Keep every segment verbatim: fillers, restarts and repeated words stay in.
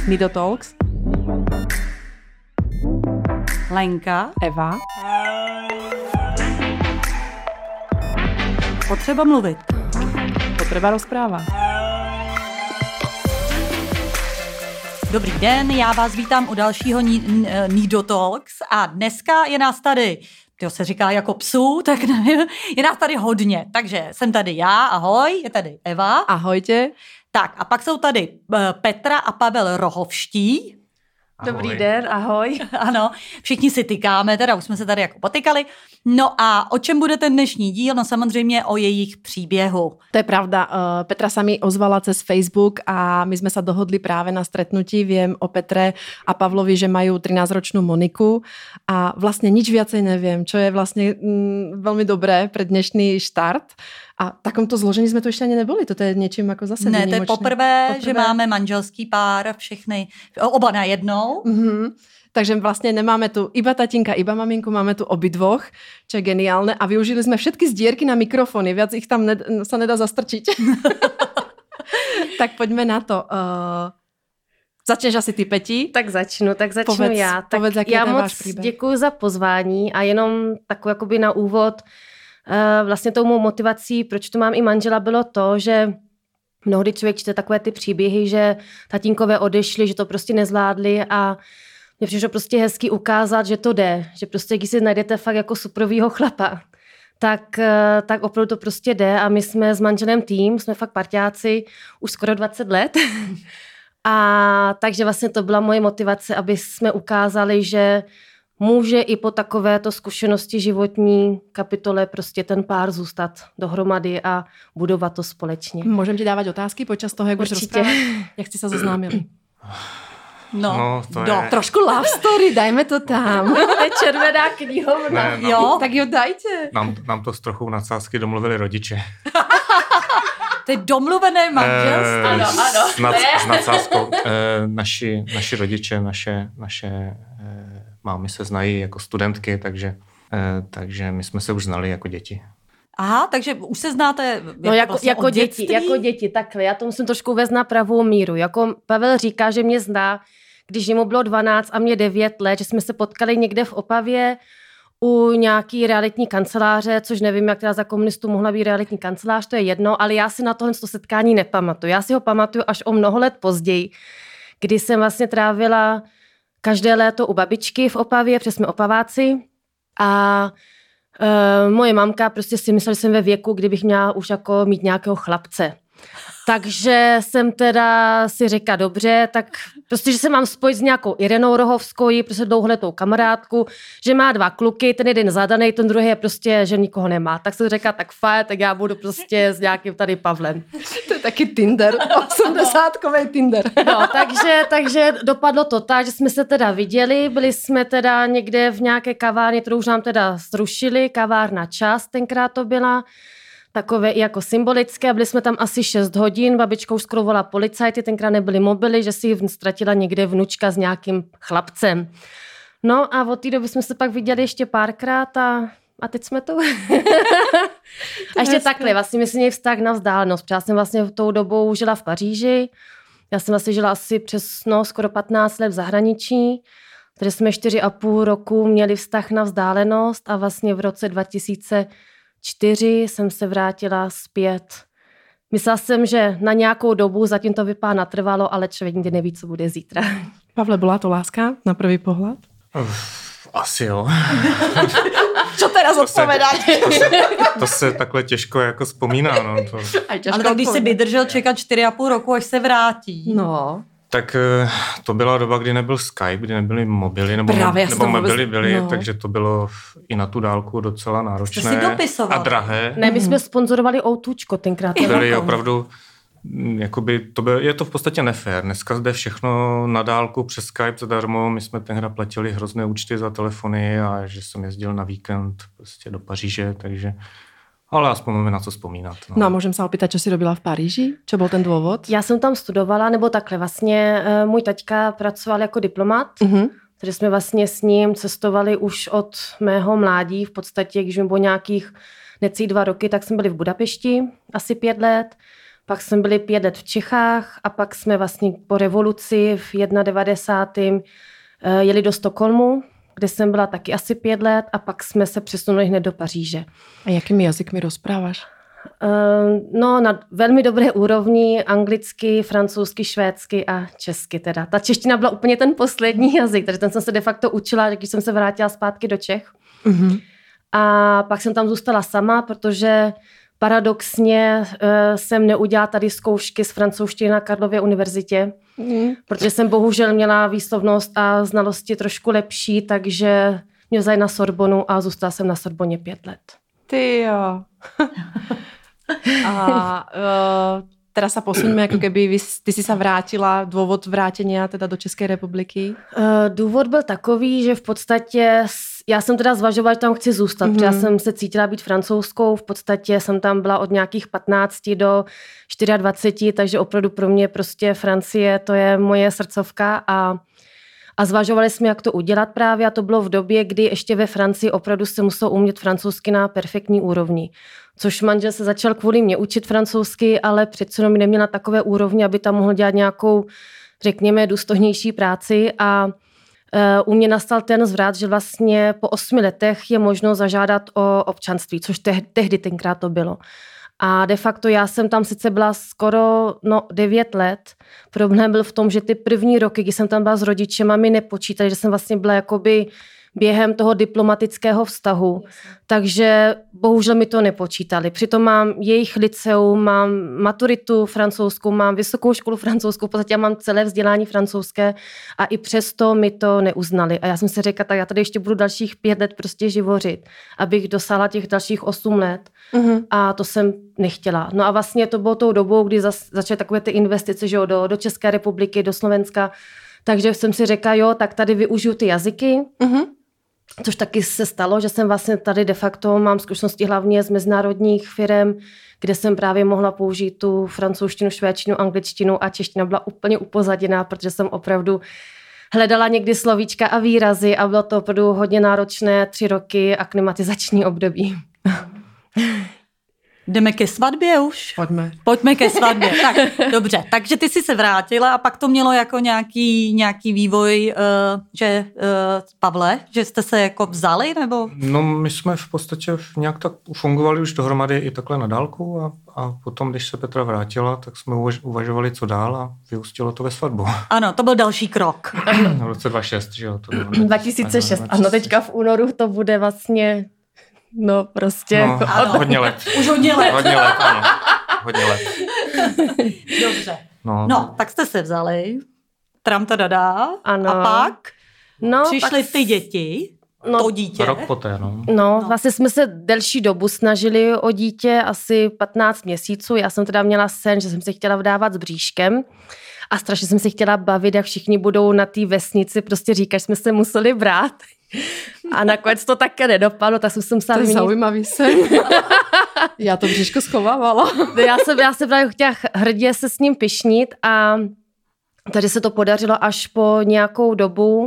Nido Talks. Lenka. Eva. Potřeba mluvit. Potřeba rozprávat. Dobrý den, já vás vítám u dalšího Nido Talks a dneska je nás tady, to se říká jako psů, tak nevím, je nás tady hodně. Takže jsem tady já, ahoj, je tady Eva. Ahojte. Tak a pak jsou tady Petra a Pavel Rohovští. Ahoj. Dobrý den, ahoj. Ano, všichni si tykáme, teda už jsme se tady jako potykali. No a o čem bude ten dnešní díl? No samozřejmě o jejich příběhu. To je pravda. Petra sa mi ozvala cez Facebook a my sme sa dohodli práve na stretnutí. Viem o Petre a Pavlovi, že majú trinásťročnú Moniku a vlastne nič viacej neviem, čo je vlastne mm, veľmi dobré pre dnešný štart. A v takomto zložení jsme tu ještě ani neboli. To je něčím jako zase Ne, výnimočné. to je poprvé, poprvé, že máme manželský pár, všechny, oba na jednou. Mm-hmm. Takže vlastně nemáme tu iba tatínka, iba maminku, máme tu obidvoch, čo je geniálne. A využili jsme všetky zdierky na mikrofony. Viac ich tam ned- sa nedá zastrčiť. Tak pojďme na to. Uh, začneš asi ty, Peti? Tak začnu, tak začnu povedz, já. Tak povedz, jaký já je ten moc váš příběh. děkuji za pozvání a jenom takový jakoby na úvod uh, vlastně tou mou motivací, proč tu mám i manžela, bylo to, že mnohdy člověk čte takové ty příběhy, že tatínkové odešli, že to prostě nezvládli a mně přišlo prostě hezky ukázat, že to jde, že prostě když si najdete fakt jako superovýho chlapa, tak, tak opravdu to prostě jde a my jsme s manželem tým, jsme fakt parťáci už skoro dvacet let a takže vlastně to byla moje motivace, aby jsme ukázali, že může i po takovéto zkušenosti životní kapitole prostě ten pár zůstat dohromady a budovat to společně. Můžem ti dávat otázky počas toho, jak budeš Určitě. rozprávat? Jak jste se zoznámili? No, No, to do, je... Trošku love story, dajme to tam. To je červená knihovna. Ne, nám, Jo, Tak jo, dajte. nám, nám to s trochou nadsázky domluvili rodiče. to je domluvené manželství. Eh, Ano, ano. S, nad, s nadsázkou. Eh, naši, naši rodiče, naše, naše eh, mámy se znají jako studentky, takže, eh, takže my jsme se už znali jako děti. Aha, takže už se znáte No jako, vlastně jako od děti, dětství? jako děti, takhle. Já to musím trošku uvést na pravou míru. Jako Pavel říká, že mě zná, když mu bylo dvanáct a mě devět let, že jsme se potkali někde v Opavě u nějaký realitní kanceláře, což nevím, jak teda za komunistů mohla být realitní kancelář, to je jedno, ale já si na tohle setkání nepamatuju. Já si ho pamatuju až o mnoho let později, kdy jsem vlastně trávila každé léto u babičky v Opavě, protože jsme Opaváci a Uh, moje mamka prostě si myslela, že jsem ve věku, kdybych měla už jako mít nějakého chlapce. Takže jsem teda si řekla, dobře, tak prostě, že se mám spojit s nějakou Irenou Rohovskou, prostě dlouholetou kamarádku, že má dva kluky, ten jeden zadaný, ten druhý je prostě, že nikoho nemá. Tak jsem řekla, tak fajn, tak já budu prostě s nějakým tady Pavlem. To je taky Tinder, osmdesátkový Tinder. No, takže, takže dopadlo to tak, že jsme se teda viděli, byli jsme teda někde v nějaké kavárně, kterou už nám teda zrušili, kavárna Čas tenkrát to byla, takové i jako symbolické, byli jsme tam asi šest hodin, babička už skoro volala policajty, tenkrát nebyly mobily, že si ji ztratila někde vnučka s nějakým chlapcem. No a od té doby jsme se pak viděli ještě párkrát a, a teď jsme tu. A ještě takhle, vlastně myslím, že vztah na vzdálenost, protože já jsem vlastně tou dobou žila v Paříži, já jsem vlastně žila asi přes no, skoro patnáct let v zahraničí, takže jsme čtyři a půl roku měli vztah na vzdálenost a vlastně v roce dva tisíce čtyři jsem se vrátila zpět. Myslela jsem, že na nějakou dobu, zatím to vypadá natrvalo, ale člověk nikdy neví, co bude zítra. Pavle, byla to láska na prvý pohled? Uf, asi jo. Čo teraz To se, odpovedáte? to, se, to se takhle těžko jako vzpomíná. No, to. Ale tak když si vydržel čekat čtyři a půl roku, až se vrátí. No. Tak to byla doba, kdy nebyl Skype, kdy nebyly mobily, nebo, Právě, nebo mobily byly, no. takže to bylo i na tu dálku docela náročné Jste si dopisoval. a drahé. Ne, my jsme sponzorovali Outučko tenkrát. Byly opravdu, jakoby, to by, je to v podstatě nefér. Dneska jde všechno na dálku přes Skype zadarmo. My jsme tenkrát platili hrozné účty za telefony a že jsem jezdil na víkend prostě do Paříže, takže... Ale aspoň máme na co vzpomínat. No. No a můžem se opýtat, co jsi robila v Paríži? Čo byl ten důvod? Já jsem tam studovala, nebo takhle vlastně můj taťka pracoval jako diplomat, Uh-huh. takže jsme vlastně s ním cestovali už od mého mládí, v podstatě, když mi bylo nějakých necelý dva roky, tak jsme byli v Budapešti asi pět let. pak jsme byli pět let v Čechách a pak jsme vlastně po revoluci v devadesátém prvním jeli do Stockholmu, kde jsem byla taky asi pět let a pak jsme se přesunuli hned do Paříže. A jakými jazykmi rozpráváš? No, na velmi dobré úrovni, anglicky, francouzsky, švédsky a česky teda. Ta čeština byla úplně ten poslední jazyk, takže ten jsem se de facto učila, když jsem se vrátila zpátky do Čech. Mm-hmm. A pak jsem tam zůstala sama, protože paradoxně uh, jsem neudělala tady zkoušky z francouzštiny na Karlově univerzitě, mm. protože jsem bohužel měla výslovnost a znalosti trošku lepší, takže mě vzali na Sorbonu a zůstala jsem na Sorboně pět let. Ty jo. A uh, teraz sa posuňme, ako keby vy, ty si sa vrátila, dôvod vrátenia teda do České republiky? Uh, důvod byl takový, že v podstatě já jsem teda zvažovala, že tam chci zůstat, mm-hmm. protože já jsem se cítila být francouzskou, v podstatě jsem tam byla od nějakých patnácti do dvaceti čtyři, takže opravdu pro mě prostě Francie, to je moje srdcovka a A zvažovali jsme, jak to udělat právě a to bylo v době, kdy ještě ve Francii opravdu se musel umět francouzsky na perfektní úrovni. Což manžel se začal kvůli mě učit francouzsky, ale přece jenom neměl na takové úrovni, aby tam mohl dělat nějakou, řekněme, důstojnější práci a u mě nastal ten zvrat, že vlastně po osmi letech je možno zažádat o občanství, což tehdy tenkrát to bylo. A de facto já jsem tam sice byla skoro no, devět let. Problém byl v tom, že ty první roky, kdy jsem tam byla s rodičema, mi nepočítali, že jsem vlastně byla jakoby během toho diplomatického vztahu. Yes. Takže bohužel mi to nepočítali. Přitom mám jejich liceum, mám maturitu francouzskou, mám vysokou školu francouzskou, v podstatě mám celé vzdělání francouzské a i přesto mi to neuznali. A já jsem si řekla, tak já tady ještě budu dalších pět let prostě živořit, abych dosáhla těch dalších osm let. Mm-hmm. A to jsem nechtěla. No a vlastně to bylo tou dobou, kdy zas, začaly takové ty investice, že jo, do, do České republiky, do Slovenska. Takže jsem si řekla, jo, tak tady využiju ty jazyky. Mm-hmm. Což taky se stalo, že jsem vlastně tady de facto mám zkušenosti hlavně z mezinárodních firem, kde jsem právě mohla použít tu francouzštinu, švédštinu, angličtinu a čeština byla úplně upozaděná, protože jsem opravdu hledala někdy slovíčka a výrazy a bylo to opravdu hodně náročné tři roky aklimatizační období. Jdeme ke svatbě už? Pojďme. Pojďme ke svatbě. Tak, dobře, takže ty jsi se vrátila a pak to mělo jako nějaký, nějaký vývoj, uh, že uh, Pavle, že jste se jako vzali, nebo? No my jsme v podstatě nějak tak fungovali už dohromady i takhle na dálku a, a potom, když se Petra vrátila, tak jsme uvaž, uvažovali, co dál a vyústilo to ve svatbu. Ano, to byl další krok. V roce dva tisíce šest, že jo? To bylo dva tisíce šest, ano, teďka v únoru to bude vlastně... No prostě. No, hodně let. Už hodně let. Hodně let, ano. Hodně let. Dobře. No, no tak jste se vzali. Tramtadada. Ano. A pak no, přišly pak... ty děti. No, to dítě. Rok poté, no. no. No, vlastně jsme se delší dobu snažili o dítě, asi patnáct měsíců. Já jsem teda měla sen, že jsem se chtěla vdávat s bříškem. A strašně jsem se chtěla bavit, jak všichni budou na té vesnici prostě říkat, že jsme se museli brát. A nakonec to také nedopadlo, tak jsem se musela vyměnit. To je vyměnit... zaujímavý sen. Já to bříško schovávala. já jsem, já jsem právě chtěla hrdě se s ním pyšnit a tady se to podařilo až po nějakou dobu.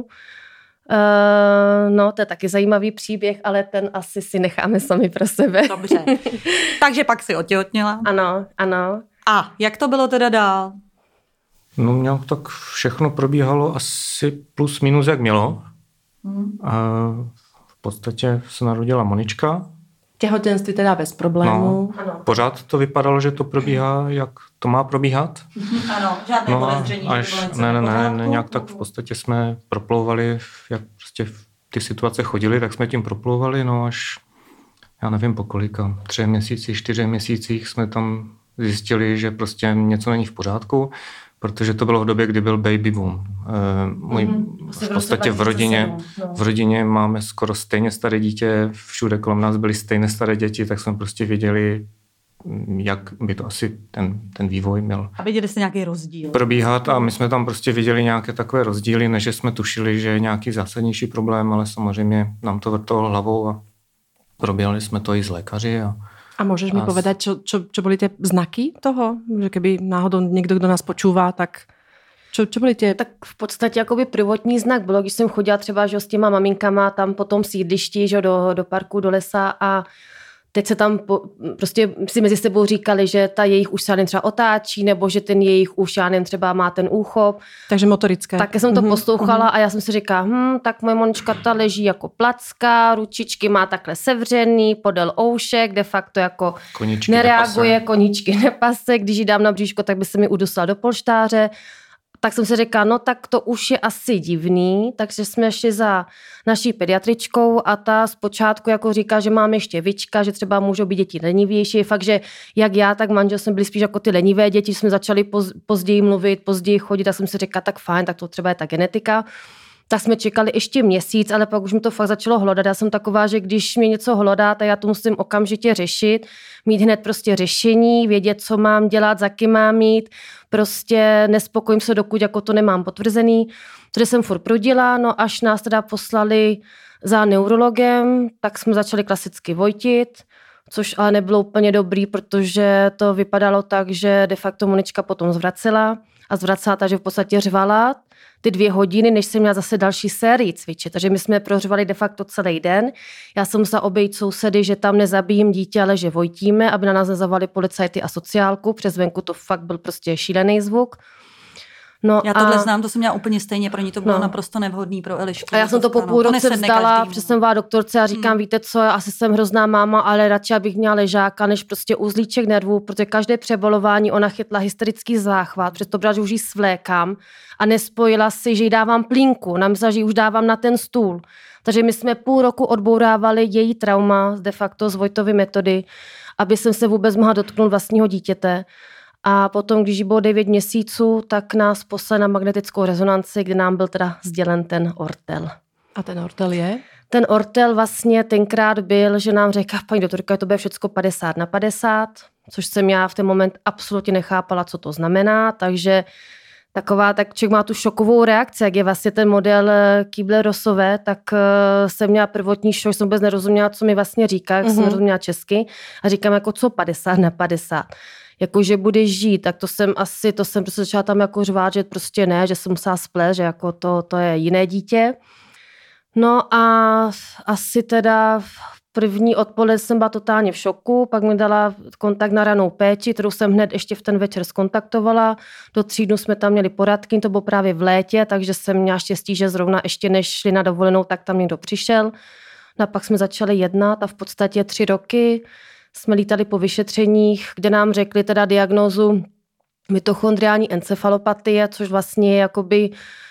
Uh, no, to je taky zajímavý příběh, ale ten asi si necháme sami pro sebe. Dobře. Takže pak si otěhotněla. Ano, ano. A jak to bylo teda dál? No nějak tak všechno probíhalo asi plus minus jak mělo. Hmm. A v podstatě se narodila Monička. Těhotenství teda bez problémů. No, pořád to vypadalo, že to probíhá, jak to má probíhat. Ano, žádné no podezření. Až, ne, ne, ne, ne, nějak tak v podstatě jsme proplouvali, jak prostě ty situace chodily, tak jsme tím proplouvali, no až, já nevím po kolika, tři měsíci, čtyři měsících jsme tam zjistili, že prostě něco není v pořádku, protože to bylo v době, kdy byl baby boom. Můj, mm-hmm. V podstatě v rodině, v rodině máme skoro stejně staré dítě, všude kolem nás byly stejné staré děti, tak jsme prostě věděli, jak by to asi ten, ten vývoj měl. A viděli jste nějaký rozdíl? Probíhat a my jsme tam prostě viděli nějaké takové rozdíly, než jsme tušili, že je nějaký zásadnější problém, ale samozřejmě nám to vrtalo hlavou a probírali jsme to i s lékaři a A môžeš mi povedať, čo, čo, čo boli tie znaky toho? Že keby náhodou někdo, kdo nás počúvá, tak čo, čo boli tie? Tak v podstatě jakoby prvotní znak bylo, když jsem chodila třeba že, s těma maminkama tam po tom sídlišti že, do, do parku, do lesa a teď se tam po, prostě si mezi sebou říkali, že ta jejich už se třeba otáčí, nebo že ten jejich už třeba má ten úchop. Takže motorické. Tak jsem to mm-hmm. poslouchala a já jsem si říkala, hm, tak moje Monička ta leží jako placka, ručičky má takhle sevřený, podél oušek, de facto jako koníčky nereaguje, nepase. Koníčky nepase, když ji dám na bříško, tak by se mi udusla do polštáře. Tak jsem si říkala, no tak to už je asi divný, takže jsme šli za naší pediatričkou a ta zpočátku jako říká, že mám ještě vička, že třeba můžou být děti lenivější, fakt, že jak já, tak manžel jsme byli spíš jako ty lenivé děti, jsme začali poz, později mluvit, později chodit a jsem si říkala, tak fajn, tak to třeba je ta genetika. Tak jsme čekali ještě měsíc, ale pak už mi to fakt začalo hlodat. Já jsem taková, že když mě něco hlodá, tak já to musím okamžitě řešit, mít hned prostě řešení, vědět, co mám dělat, za kým mám mít, prostě nespokojím se, dokud jako to nemám potvrzený. Takže jsem furt prudila, no až nás teda poslali za neurologem, tak jsme začali klasicky vojtit, což ale nebylo úplně dobrý, protože to vypadalo tak, že de facto Monička potom zvracela a zvracela, takže v podstatě řvala ty dvě hodiny, než jsem měla zase další sérii cvičit. Takže my jsme prořvali de facto celý den. Já jsem musela obejít sousedy, že tam nezabijím dítě, ale že vojtíme, aby na nás nezavali policajty a sociálku. Přes venku to fakt byl prostě šílený zvuk. No já tohle a... znám, to jsem měla úplně stejně, pro ní to bylo no. naprosto nevhodný pro Elišku. A já jsem to po půl roce vzdala, protože jsem byla doktorce a říkám, hmm. víte co, asi jsem hrozná máma, ale radši abych měla ležáka, než prostě uzlíček nervů, protože každé přebolování ona chytla hysterický záchvat, přesto brala, že už jí svlékám a nespojila si, že jí dávám plínku, nám myslela, že ji už dávám na ten stůl. Takže my jsme půl roku odbourávali její trauma de facto z Vojtovy metody, aby jsem se vůbec mohla dotknout vlastního dítěte. A potom, když bylo devět měsíců, tak nás poslali na magnetickou rezonanci, kde nám byl teda sdělen ten ortel. A ten ortel je? Ten ortel vlastně tenkrát byl, že nám řekla, paní doktorka, to bude všecko padesát na padesát, což jsem já v ten moment absolutně nechápala, co to znamená, takže taková, tak člověk má tu šokovou reakci, jak je vlastně ten model Kübler-Rossové, tak uh, jsem měla prvotní šok, jsem vůbec nerozuměla, co mi vlastně říká, jak mm-hmm. jsem rozuměla česky a říkám jako co padesát na padesát. Jako, že budeš žít, tak to jsem asi, to jsem prostě začala tam jako řvát, že prostě ne, že jsem musela splést, že jako to, to je jiné dítě. No a asi teda první odpoledne jsem byla totálně v šoku, pak mi dala kontakt na ranou péči, kterou jsem hned ještě v ten večer skontaktovala. Do tří dnů jsme tam měli poradky, to bylo právě v létě, takže jsem měla štěstí, že zrovna ještě než šli na dovolenou, tak tam někdo přišel. No a pak jsme začali jednat a v podstatě tři roky jsme lítali po vyšetřeních, kde nám řekli teda diagnózu mitochondriální encefalopatie, což vlastně je jakoby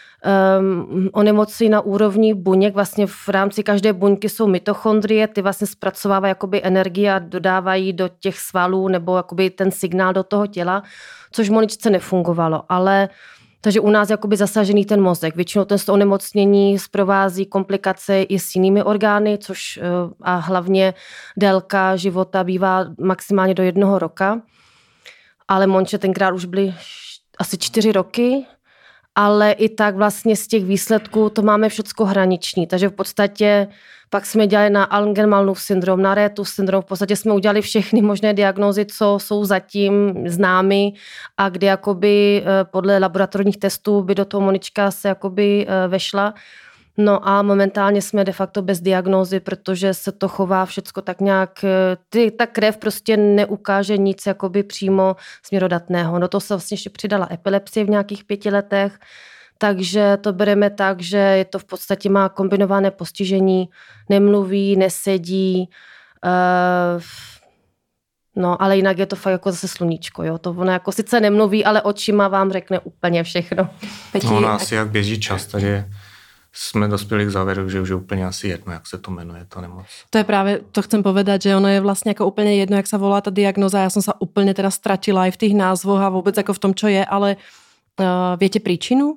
um, onemocnění na úrovni buněk. Vlastně v rámci každé buňky jsou mitochondrie, ty vlastně zpracovávají jakoby energii a dodávají do těch svalů nebo jakoby ten signál do toho těla, což Moničce nefungovalo, ale takže u nás je jakoby zasažený ten mozek. Většinou ten onemocnění zprovází komplikace i s jinými orgány, což a hlavně délka života bývá maximálně do jednoho roka. Ale Monče tenkrát už byly asi čtyři roky, ale i tak vlastně z těch výsledků to máme všecko hraniční. Takže v podstatě pak jsme dělali na Algenmalův syndrom, na Rétův syndrom, v podstatě jsme udělali všechny možné diagnózy, co jsou zatím známy a kdy jakoby podle laboratorních testů by do toho Monička se jakoby vešla. No a momentálně jsme de facto bez diagnózy, protože se to chová všecko tak nějak, ty, ta krev prostě neukáže nic jakoby přímo směrodatného. Do toho se vlastně ještě přidala epilepsie v nějakých pěti letech, takže to bereme tak, že je to v podstatě má kombinované postižení, nemluví, nesedí, uh, no ale jinak je to fakt jako zase sluníčko, jo, to ona jako sice nemluví, ale očima vám řekne úplně všechno. Peti, no ona asi jak běží čas, takže jsme dospěli k závěru, že už je úplně asi jedno, jak se to jmenuje, ta nemoc. To je právě, to chcem povedať, že ono je vlastně jako úplně jedno, jak se volá ta diagnoza. Já jsem se úplně teda ztratila i v těch názvoch a vůbec jako v tom, čo je, ale uh, větě příčinu?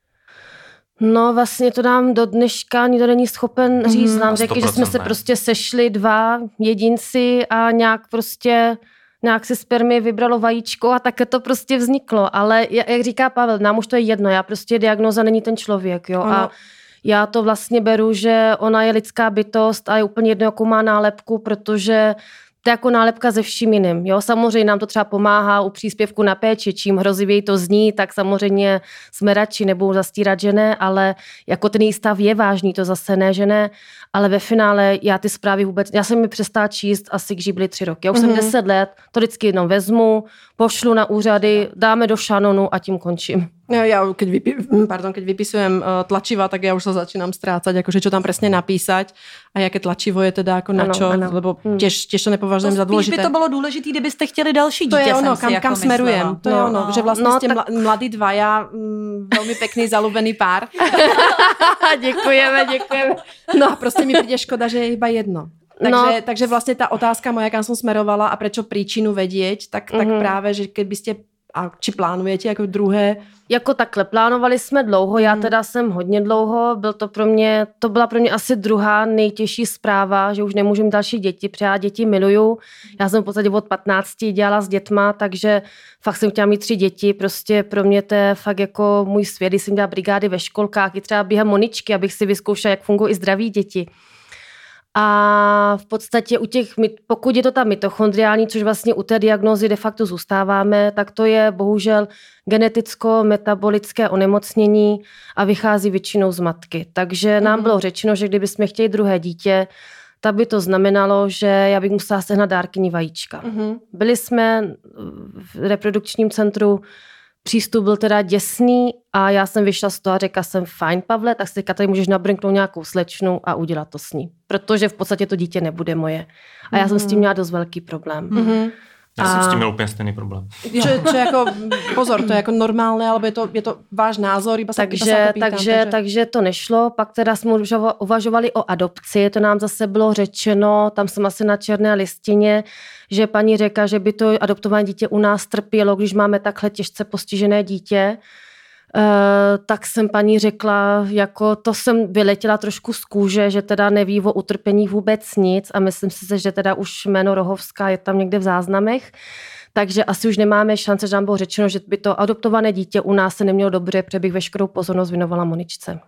No vlastně to nám do dneška nikdo není schopen říct. Nám řekli, že jsme se ne. prostě sešli dva jedinci a nějak prostě nějak si spermie vybralo vajíčko a také to prostě vzniklo. Ale jak říká Pavel, nám už to je jedno, já prostě diagnoza není ten člověk, jo. A já to vlastně beru, že ona je lidská bytost a je úplně jedno, jakou má nálepku, protože To je jako nálepka ze vším jiným. Jo? Samozřejmě nám to třeba pomáhá u příspěvku na péči, čím hrozivěji to zní, tak samozřejmě jsme radši, nebudou zastírat, že ne, ale jako ten její stav je vážný, to zase ne, že ne, ale ve finále já ty zprávy vůbec, já jsem mi přestala číst asi, když byly tři roky. Já už mm-hmm. jsem deset let, to vždycky jenom vezmu, pošlu na úřady, dáme do šanonu a tím končím. Ja, ja keď, vypi- pardon, keď vypisujem uh, tlačiva, tak ja už sa začínam strácať, akože čo tam presne napísať a jaké tlačivo je teda ako na čo, ano, ano. Lebo tiež, tiež to nepovažujem to za dôležité. Spíš by to bylo důležitý, kdybyste chtěli další dítě. To je ono, kam, jako kam smerujem. To no, je ono, no. že vlastne no, ste tak... mladí dvaja, mm, veľmi pekný, zalúbený pár. Děkujeme, děkujeme. No a proste mi príde škoda, že je iba jedno. Takže, no. takže vlastne tá otázka moja, kam som smerovala a prečo príčinu vedieť, tak, tak mm-hmm. práve, že keby ste, a či plánujete jako druhé? Jako takhle, plánovali jsme dlouho, já teda jsem hodně dlouho, byl to pro mě, to byla pro mě asi druhá nejtěžší zpráva, že už nemůžu mít další děti, protože já děti miluju. Já jsem v podstatě od patnácti dělala s dětma, takže fakt jsem chtěla mít tři děti, prostě pro mě to je fakt jako můj svět, když jsem dělala brigády ve školkách, i třeba během Moničky, abych si vyzkoušela, jak fungují i zdraví děti. A v podstatě u těch, pokud je to ta mitochondriální, což vlastně u té diagnózy de facto zůstáváme, tak to je bohužel geneticko-metabolické onemocnění a vychází většinou z matky. Takže nám bylo řečeno, že kdybychom chtěli druhé dítě, tak by to znamenalo, že já bych musela sehnat dárkyni vajíčka. Mm-hmm. Byli jsme v reprodukčním centru, přístup byl teda děsný a já jsem vyšla z toho a řekla jsem, fajn Pavle, tak si tady můžeš nabrnknout nějakou slečnu a udělat to s ní. Protože v podstatě to dítě nebude moje. A já mm-hmm. jsem s tím měla dost velký problém. Mm-hmm. Já jsem a... s tím měl úplně stejný problém. Čo, čo jako, pozor, to je jako normálné, alebo je to, je to váš názor, iba sa, takže, iba sa to pýtam, takže, takže... takže to nešlo, pak teda jsme uvažovali o adopci, to nám zase bylo řečeno, tam jsem asi na černé listině, že paní řekla, že by to adoptované dítě u nás trpělo, když máme takhle těžce postižené dítě. Uh, tak jsem paní řekla, jako to jsem vyletěla trošku z kůže, že teda neví o utrpení vůbec nic a myslím si, že teda už jméno Rohovská je tam někde v záznamech, takže asi už nemáme šance, že nám bylo řečeno, že by to adoptované dítě u nás se nemělo dobře, protože bych veškerou pozornost věnovala Moničce.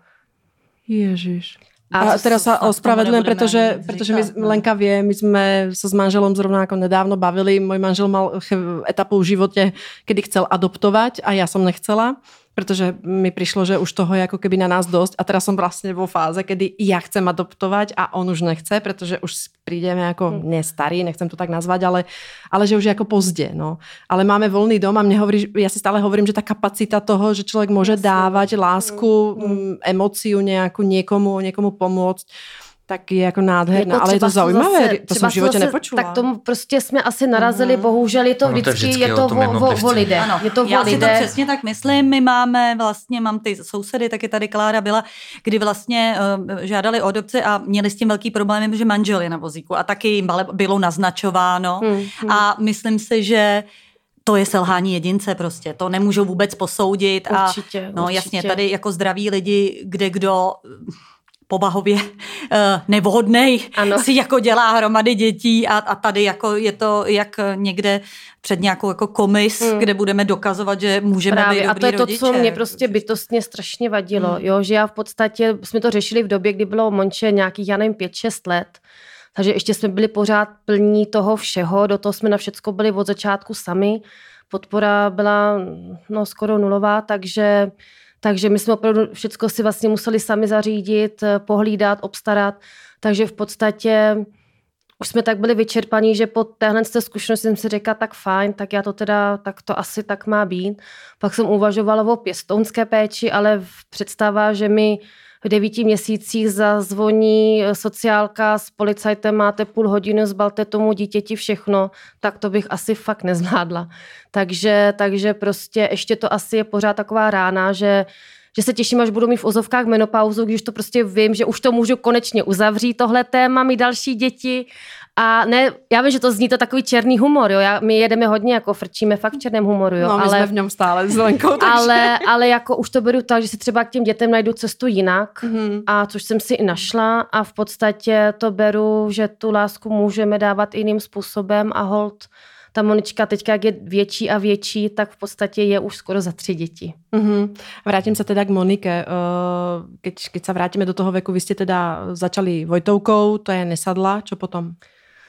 Ježiš. A, a teraz sa ospravedlňujem, pretože, pretože my, Lenka vie, my sme sa s manželom zrovna ako nedávno bavili, môj manžel mal etapu v živote, kedy chcel adoptovať a ja som nechcela, pretože mi prišlo, že už toho je ako keby na nás dosť a teraz som vlastne vo fáze, kedy ja chcem adoptovať a on už nechce, pretože už prídeme ako, nie starý, nechcem to tak nazvať, ale, ale že už je ako pozdě, no. Ale máme voľný dom a mne hovorí, ja si stále hovorím, že tá kapacita toho, že človek môže dávať lásku, mm. emóciu nejakú niekomu, niekomu pomôcť, tak je jako nádherná, jako ale je to zaujímavé, zase, to jsem v životě zase, nepočula. Tak tomu prostě jsme asi narazili, mm. bohužel je to ono vždycky, to je to o, o, o lidé. Ano, je to já o si lidé. to přesně tak myslím, my máme vlastně, mám ty sousedy, taky tady Klára byla, kdy vlastně uh, žádali o adopci a měli s tím velký problém, že manžel je na vozíku a taky jim bylo naznačováno mm, mm. a myslím si, že to je selhání jedince prostě, to nemůžou vůbec posoudit. Určitě, a, no určitě. jasně, tady jako zdraví lidi, kde kdo povahově uh, nevhodnej si jako dělá hromady dětí a, a tady jako je to jak někde před nějakou jako komis, hmm. kde budeme dokazovat, že můžeme Právě. být dobrý rodiče. A to je rodiče. to, co mě prostě bytostně strašně vadilo, hmm. jo, že já v podstatě, jsme to řešili v době, kdy bylo Monče nějakých, já nevím, pět šest let, takže ještě jsme byli pořád plní toho všeho, do toho jsme na všecko byli od začátku sami, podpora byla no, skoro nulová, takže Takže my jsme opravdu všecko si vlastně museli sami zařídit, pohlídat, obstarat. Takže v podstatě už jsme tak byli vyčerpaní, že po téhle zkušenosti jsem si řekla, tak fajn, tak já to teda, tak to asi tak má být. Pak jsem uvažovala o pěstounské péči, ale představa, že mi v devíti měsících zazvoní sociálka s policajtem, máte půl hodiny, zbalte tomu dítěti všechno, tak to bych asi fakt nezvládla. Takže, takže prostě ještě to asi je pořád taková rána, že, že se těším, až budu mít v ozovkách menopauzu, když to prostě vím, že už to můžu konečně uzavřít tohle téma, mít další děti. A ne, já vím, že to zní to takový černý humor, jo. Já, my jedeme hodně, jako frčíme fakt v černém humoru, jo. No, my ale, jsme v něm stále s Lenkou, takže... ale, ale jako už to beru tak, že si třeba k těm dětem najdu cestu jinak, mm-hmm. a což jsem si i našla a v podstatě to beru, že tu lásku můžeme dávat jiným způsobem a hold ta Monička teďka, jak je větší a větší, tak v podstatě je už skoro za tři děti. Mm-hmm. Vrátim sa teda k Monike. Keď, keď sa vrátime do toho veku, vy ste teda začali Vojtovkou, to je nesadla, čo potom?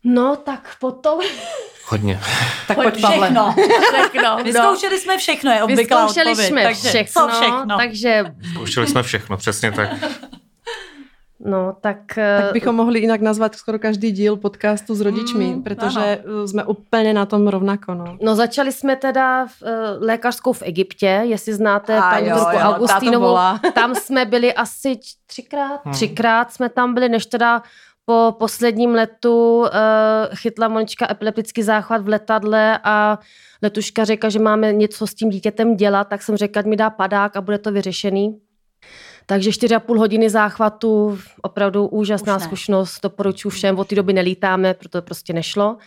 No, tak potom... Hodně. Tak pojď, všechno. všechno. Vyzkoušeli jsme všechno, je obvyklá Vyzkoušeli odpověď. jsme takže všechno, co všechno? takže... Zkoušeli jsme všechno, přesně tak. No, tak... Tak bychom mohli jinak nazvat skoro každý díl podcastu s rodičmi, mm, protože ano. jsme úplně na tom rovnako. No, no začali jsme teda v, uh, lékařskou v Egyptě, jestli znáte A paní jo, doktorku jo, Augustínovou. Tam jsme byli asi třikrát, hmm. třikrát jsme tam byli, než teda po posledním letu uh, chytla Monička epileptický záchvat v letadle a letuška řekla, že máme něco s tím dítětem dělat, tak jsem řekla, ať mi dá padák a bude to vyřešený. Takže čtyři a půl hodiny záchvatu, opravdu úžasná zkušenost, doporučuji všem, od té doby nelítáme, protože to prostě nešlo.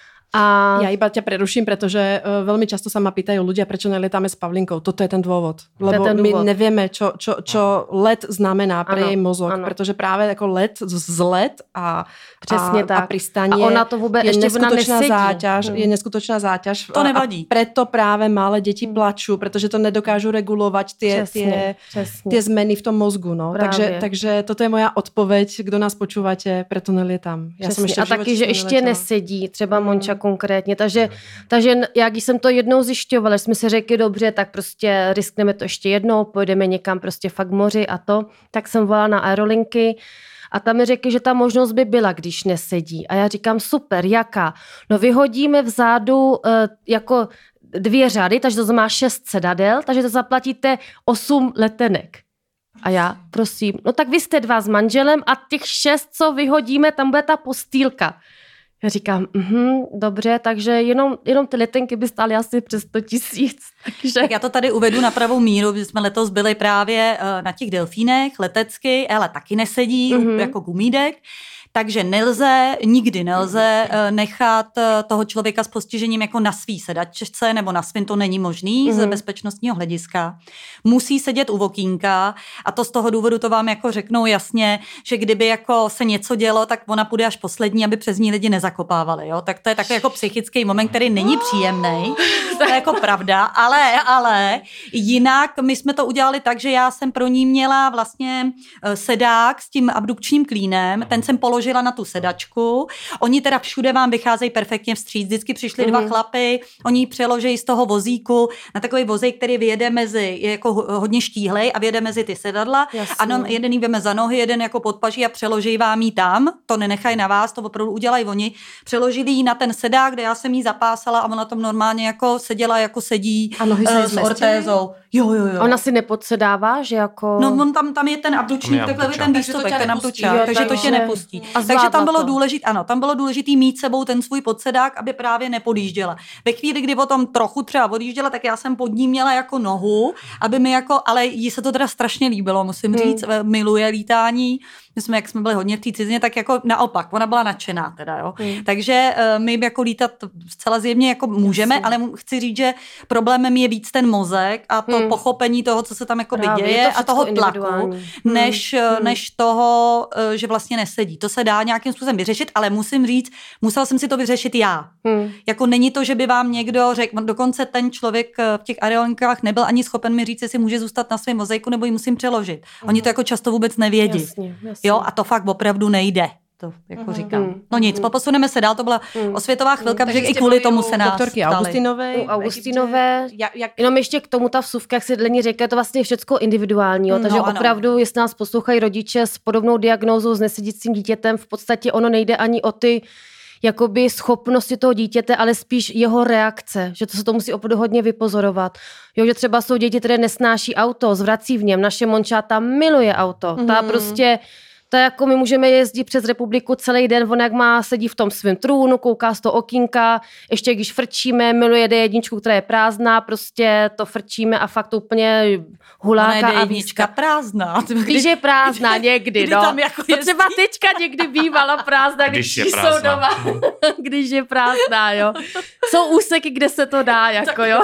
A... Ja iba ťa preruším, pretože uh, veľmi často sa ma pýtajú ľudia, prečo neletáme s Pavlinkou. Toto je ten dôvod. Lebo ten dôvod. my nevieme, čo, čo, čo let znamená pre ano, jej mozog. Ano. Pretože práve ako let, zlet a, a, a pristanie a ona to vůbec je ještě neskutočná záťaž. Hmm. Je neskutočná záťaž. To nevadí. A preto práve malé deti plačú, pretože to nedokážu regulovať tie, tie, tie zmeny v tom mozgu. No. Takže, takže toto je moja odpoveď, kdo nás počúvate, preto nelietam. Ja som ešte a taky, že ještě nesedí, třeba Monča konkrétně. Takže, takže já, když jsem to jednou zjišťovala, jsme si řekli, dobře, tak prostě riskneme to ještě jednou, pojedeme někam prostě fakt k moři a to, tak jsem volala na aerolinky a tam mi řekli, že ta možnost by byla, když nesedí. A já říkám, super, jaká? No vyhodíme vzadu uh, jako dvě řady, takže to znamená šest sedadel, takže to zaplatíte osm letenek. A já, prosím, no tak vy jste dva s manželem a těch šest, co vyhodíme, tam bude ta postýlka. Já říkám, mhm, dobře, takže jenom, jenom ty letenky by stály asi přes sto tisíc. Takže... Tak já to tady uvedu na pravou míru, protože jsme letos byli právě na těch delfínech letecky, ale taky nesedí, mm-hmm. jako gumídek. Takže nelze, nikdy nelze nechat toho člověka s postižením jako na svý sedačce nebo na svým, to není možný mm. z bezpečnostního hlediska. Musí sedět u okýnka a to z toho důvodu to vám jako řeknou jasně, že kdyby jako se něco dělo, tak ona půjde až poslední, aby přes ní lidi nezakopávali. Jo? Tak to je takový jako psychický moment, který není příjemný. To je jako pravda, ale, ale jinak my jsme to udělali tak, že já jsem pro ní měla vlastně sedák s tím abdukčním klínem, ten jsem položila žila na tu sedačku. Oni teda všude vám vycházejí perfektně vstříc. Vždycky přišli mm-hmm. dva chlapy, oni ji přeloží z toho vozíku na takový vozík, který vyjede mezi, je jako hodně štíhlej a vyjede mezi ty sedadla. Jasně. A jeden jí veme za nohy, jeden jako podpaží a přeloží vám ji tam. To nenechají na vás, to opravdu udělají oni. Přeložili ji na ten sedák, kde já jsem jí zapásala a ona tam normálně jako seděla, jako sedí a nohy se uh, s ortézou. Jo, jo, jo. Ona si nepodsedává, že jako... No, on tam, tam je ten abdučník, takhle je ten výstupek, ten abdučák, takže to tě nepustí. Takže tam bylo důležité, ano, tam bylo důležité mít sebou ten svůj podsedák, aby právě nepodjížděla. Ve chvíli, kdy potom trochu třeba odjížděla, tak já jsem pod ní měla jako nohu, aby mi jako, ale jí se to teda strašně líbilo, musím říct, hmm. miluje lítání. My jsme, jak jsme byli hodně v té cizině, tak jako naopak, ona byla nadšená teda, jo. Hmm. Takže uh, my jako lítat zcela zjevně jako můžeme, Jasně. ale chci říct, že problémem je víc ten mozek a to hmm. pochopení toho, co se tam jako děje to a toho tlaku, hmm. než, hmm. než toho, uh, že vlastně nesedí. To se dá nějakým způsobem vyřešit, ale musím říct, musela jsem si to vyřešit já. Hmm. Jako není to, že by vám někdo řekl, dokonce ten člověk v těch aerolinkách nebyl ani schopen mi říct, jestli může zůstat na svém mozaiku nebo ji musím přeložit. Hmm. Oni to jako často vůbec nevědí. Jasně, jasně. Jo, a to fakt opravdu nejde. To jako mm, říkám. Mm, no nic, mm. posuneme se dál, to byla mm. osvětová chvilka, protože i kvůli tomu se nás doktorky Augustinové. U Augustinové. Jak, jak... Jenom ještě k tomu ta vsuvka, jak si Lení řekla, je to vlastně všecko individuální. Jo? Takže no, opravdu, jestli nás poslouchají rodiče s podobnou diagnózou s nesedícím dítětem, v podstatě ono nejde ani o ty jakoby schopnosti toho dítěte, ale spíš jeho reakce, že to se to musí opravdu hodně vypozorovat. Jo, že třeba jsou děti, které nesnáší auto, zvrací v něm. Naše Mončáta miluje auto. Mm-hmm. Ta prostě to jako my můžeme jezdit přes republiku celý den, on jak má, sedí v tom svém trůnu, kouká z toho okýnka, ještě když frčíme, miluje D jedničku, která je prázdná, prostě to frčíme a fakt to úplně huláka. Ona je D jednička prázdná. Když je prázdná někdy, kdy no. Tam jako to třeba teďka někdy bývala prázdná, když, když jsou doma. Když je prázdná, jo. Jsou úseky, kde se to dá, jako jo.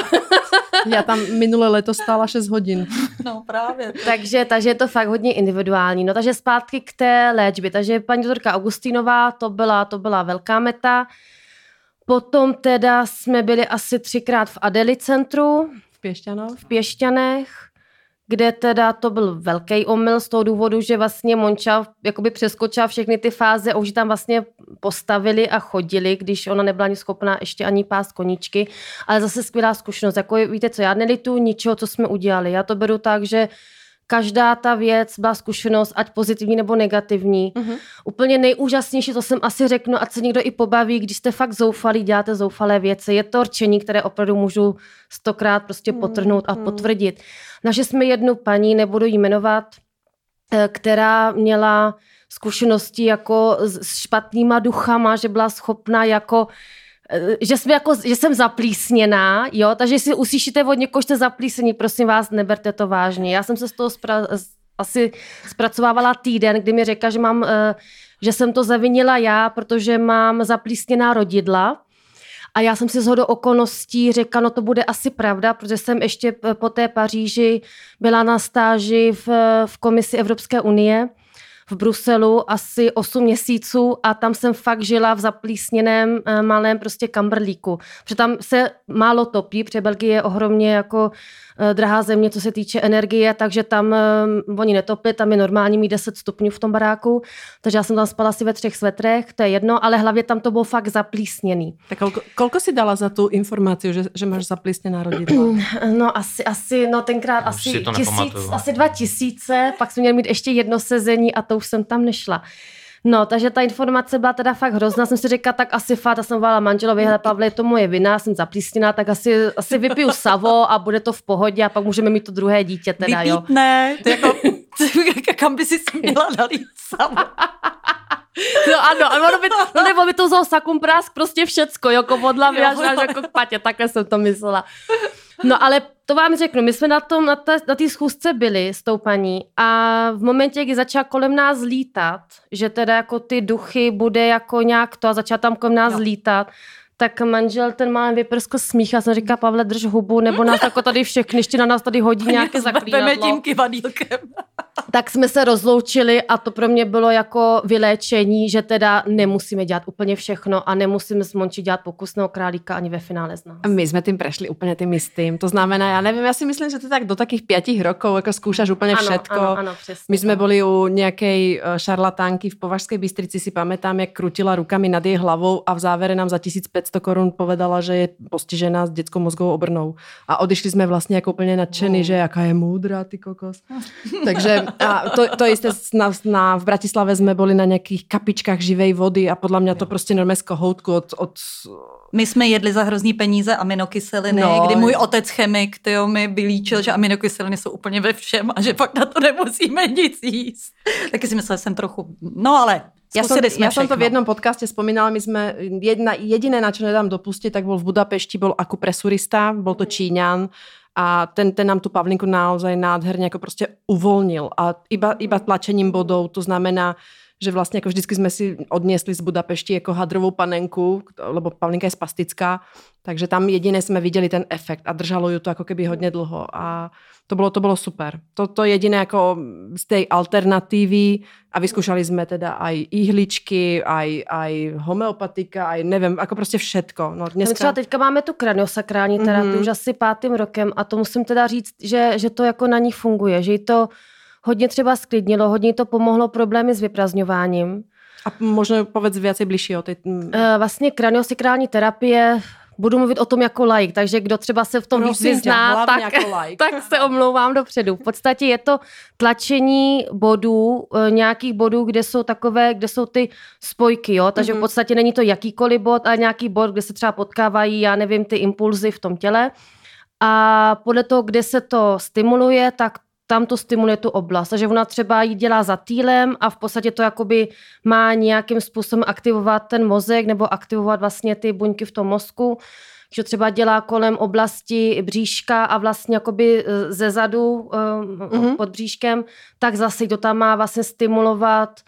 Já tam minulé leto stála šest hodin. No právě. takže, takže je to fakt hodně individuální. No takže zpátky k té léčbě. Takže paní doktorka Augustínová, to byla, to byla velká meta. Potom teda jsme byli asi třikrát v Adeli centru. V Pěšťanoch. V Pěšťanech. kde teda to byl velký omyl z toho důvodu, že vlastně Monča jakoby přeskočila všechny ty fáze a už ji tam vlastně postavili a chodili, když ona nebyla ani schopná ještě ani pást koníčky, ale zase skvělá zkušenost. Jako víte co, já nelituju ničeho, co jsme udělali. Já to beru tak, že každá ta věc byla zkušenost, ať pozitivní nebo negativní. Uh-huh. Úplně nejúžasnější, to jsem asi řeknu, ať se někdo i pobaví, když jste fakt zoufalí, děláte zoufalé věci. Je to rčení, které opravdu můžu stokrát prostě potrhnout a potvrdit. Naše jsme jednu paní, nebudu jí jmenovat, která měla zkušenosti jako s špatnýma duchama, že byla schopná jako Že, jsme jako, že jsem zaplísněná, jo, takže jestli uslyšíte od někoho, že jste zaplísnění, prosím vás, neberte to vážně. Já jsem se z toho spra- asi zpracovávala týden, kdy mi řekla, že, mám, že jsem to zavinila já, protože mám zaplísněná rodidla. A já jsem si shodou okolností řekla, no to bude asi pravda, protože jsem ještě po té Paříži byla na stáži v, v komisi Evropské unie v Bruselu asi osm měsíců a tam jsem fakt žila v zaplísněném malém prostě kamberlíku. Protože tam se málo topí, protože Belgie je ohromně jako drahá země, co se týče energie, takže tam um, oni netopí, tam je normální mít deset stupňů v tom baráku, takže já jsem tam spala asi ve třech svetrech, to je jedno, ale hlavně tam to bylo fakt zaplísněný. Tak kolko, kolko si dala za tu informaci, že, že máš zaplísněná rodidla? No asi, asi no tenkrát no, asi tisíc, asi dva tisíce, pak jsme měli mít ještě jedno sezení a to už jsem tam nešla. No, takže ta informace byla teda fakt hrozná. Jsem si říkala, tak asi fakt, já jsem volala manželovi, hele Pavle, je to moje vina, jsem zaplísněná, tak asi, asi vypiju savo a bude to v pohodě a pak můžeme mít to druhé dítě teda, jo. Vypít ne, to jako, kam by si měla nalít savo. No ano, ano by, no nebo by to vzal sakum prásk, prostě všecko, jako od hlavy až, až jako k patě, takhle jsem to myslela. No ale to vám řeknu, my jsme na tom, na té na té schůzce byli s tou paní a v momentě, kdy začala kolem nás lítat, že teda jako ty duchy bude jako nějak to a začala tam kolem nás no. lítat, tak manžel ten málem vyprskl smích a jsem říká, Pavle, drž hubu, nebo nás jako tady všechny, ještě na nás tady hodí nějaké zaklínadlo. Tím kivadýlkem. Tak jsme se rozloučili a to pro mě bylo jako vyléčení, že teda nemusíme dělat úplně všechno a nemusíme s Mončí dělat pokusného králíka ani ve finále z nás. A my jsme tím prešli úplně tím istým. To znamená, já nevím, já si myslím, že to tak do takých pěti rokov jako skúšaš úplně ano, všetko. Ano, ano, přesně. My jsme byli u nějakej šarlatánky v Považské Bystrici, si pamätám, jak krutila rukami nad jej hlavou a v závere nám za tisícpäťsto korun povedala, že je postižená s dětskou mozgovou obrnou. A odišli jsme vlastně jako úplně nadšení, oh. že jaká je múdra, ty kokos. Takže a to, to isté na, na, v Bratislave jsme byli na nějakých kapičkách živej vody a podle mě to prostě normálně z kohoutku od, od... My jsme jedli za hrozný peníze aminokyseliny, no. kdy můj otec chemik, tyjo, mi vylíčil, že aminokyseliny jsou úplně ve všem a že fakt na to nemusíme nic jíst. Taky si myslel, že jsem trochu, no ale já jsem, já jsem to v jednom podcaste spomínala, my jsme, jedna, jediné, na čo nedám dopustiť, tak bol v Budapešti, bol akupresurista, bol to Číňan a ten, ten nám tu Pavlinku naozaj nádherne ako proste uvoľnil a iba, iba tlačením bodov, to znamená, že vlastne ako vždycky sme si odniesli z Budapešti ako hadrovou panenku, lebo Pavlinka je spastická, takže tam jediné sme videli ten efekt a držalo ju to ako keby hodne dlho a to bolo, to bolo super. Toto jediné ako z tej alternatívy a vyskúšali sme teda aj ihličky, aj, aj homeopatika, aj neviem, ako prostě všetko. No, dneska... Třeba teďka máme tu kraniosakrální terapii mm-hmm. už asi pátým rokem a to musím teda říct, že, že to jako na ní funguje, že jí to hodně třeba sklidnilo, hodně to pomohlo problémy s vyprazňováním. A možno povedz viacej bližšie o tej... Vlastně kraniosakrální terapie, budu mluvit o tom jako laik, takže kdo třeba se v tom víc vyzná, tak, jako tak se omlouvám dopředu. V podstatě je to tlačení bodů, nějakých bodů, kde jsou takové, kde jsou ty spojky, jo? Takže mm-hmm. v podstatě není to jakýkoliv bod, ale nějaký bod, kde se třeba potkávají, já nevím, ty impulzy v tom těle. A podle toho, kde se to stimuluje, tak tam to stimuluje tu oblast. Takže ona třeba jí dělá za týlem a v podstatě to jakoby má nějakým způsobem aktivovat ten mozek nebo aktivovat vlastně ty buňky v tom mozku, že třeba dělá kolem oblasti bříška a vlastně jakoby ze zadu mm-hmm. pod bříškem, tak zase to tam má vlastně stimulovat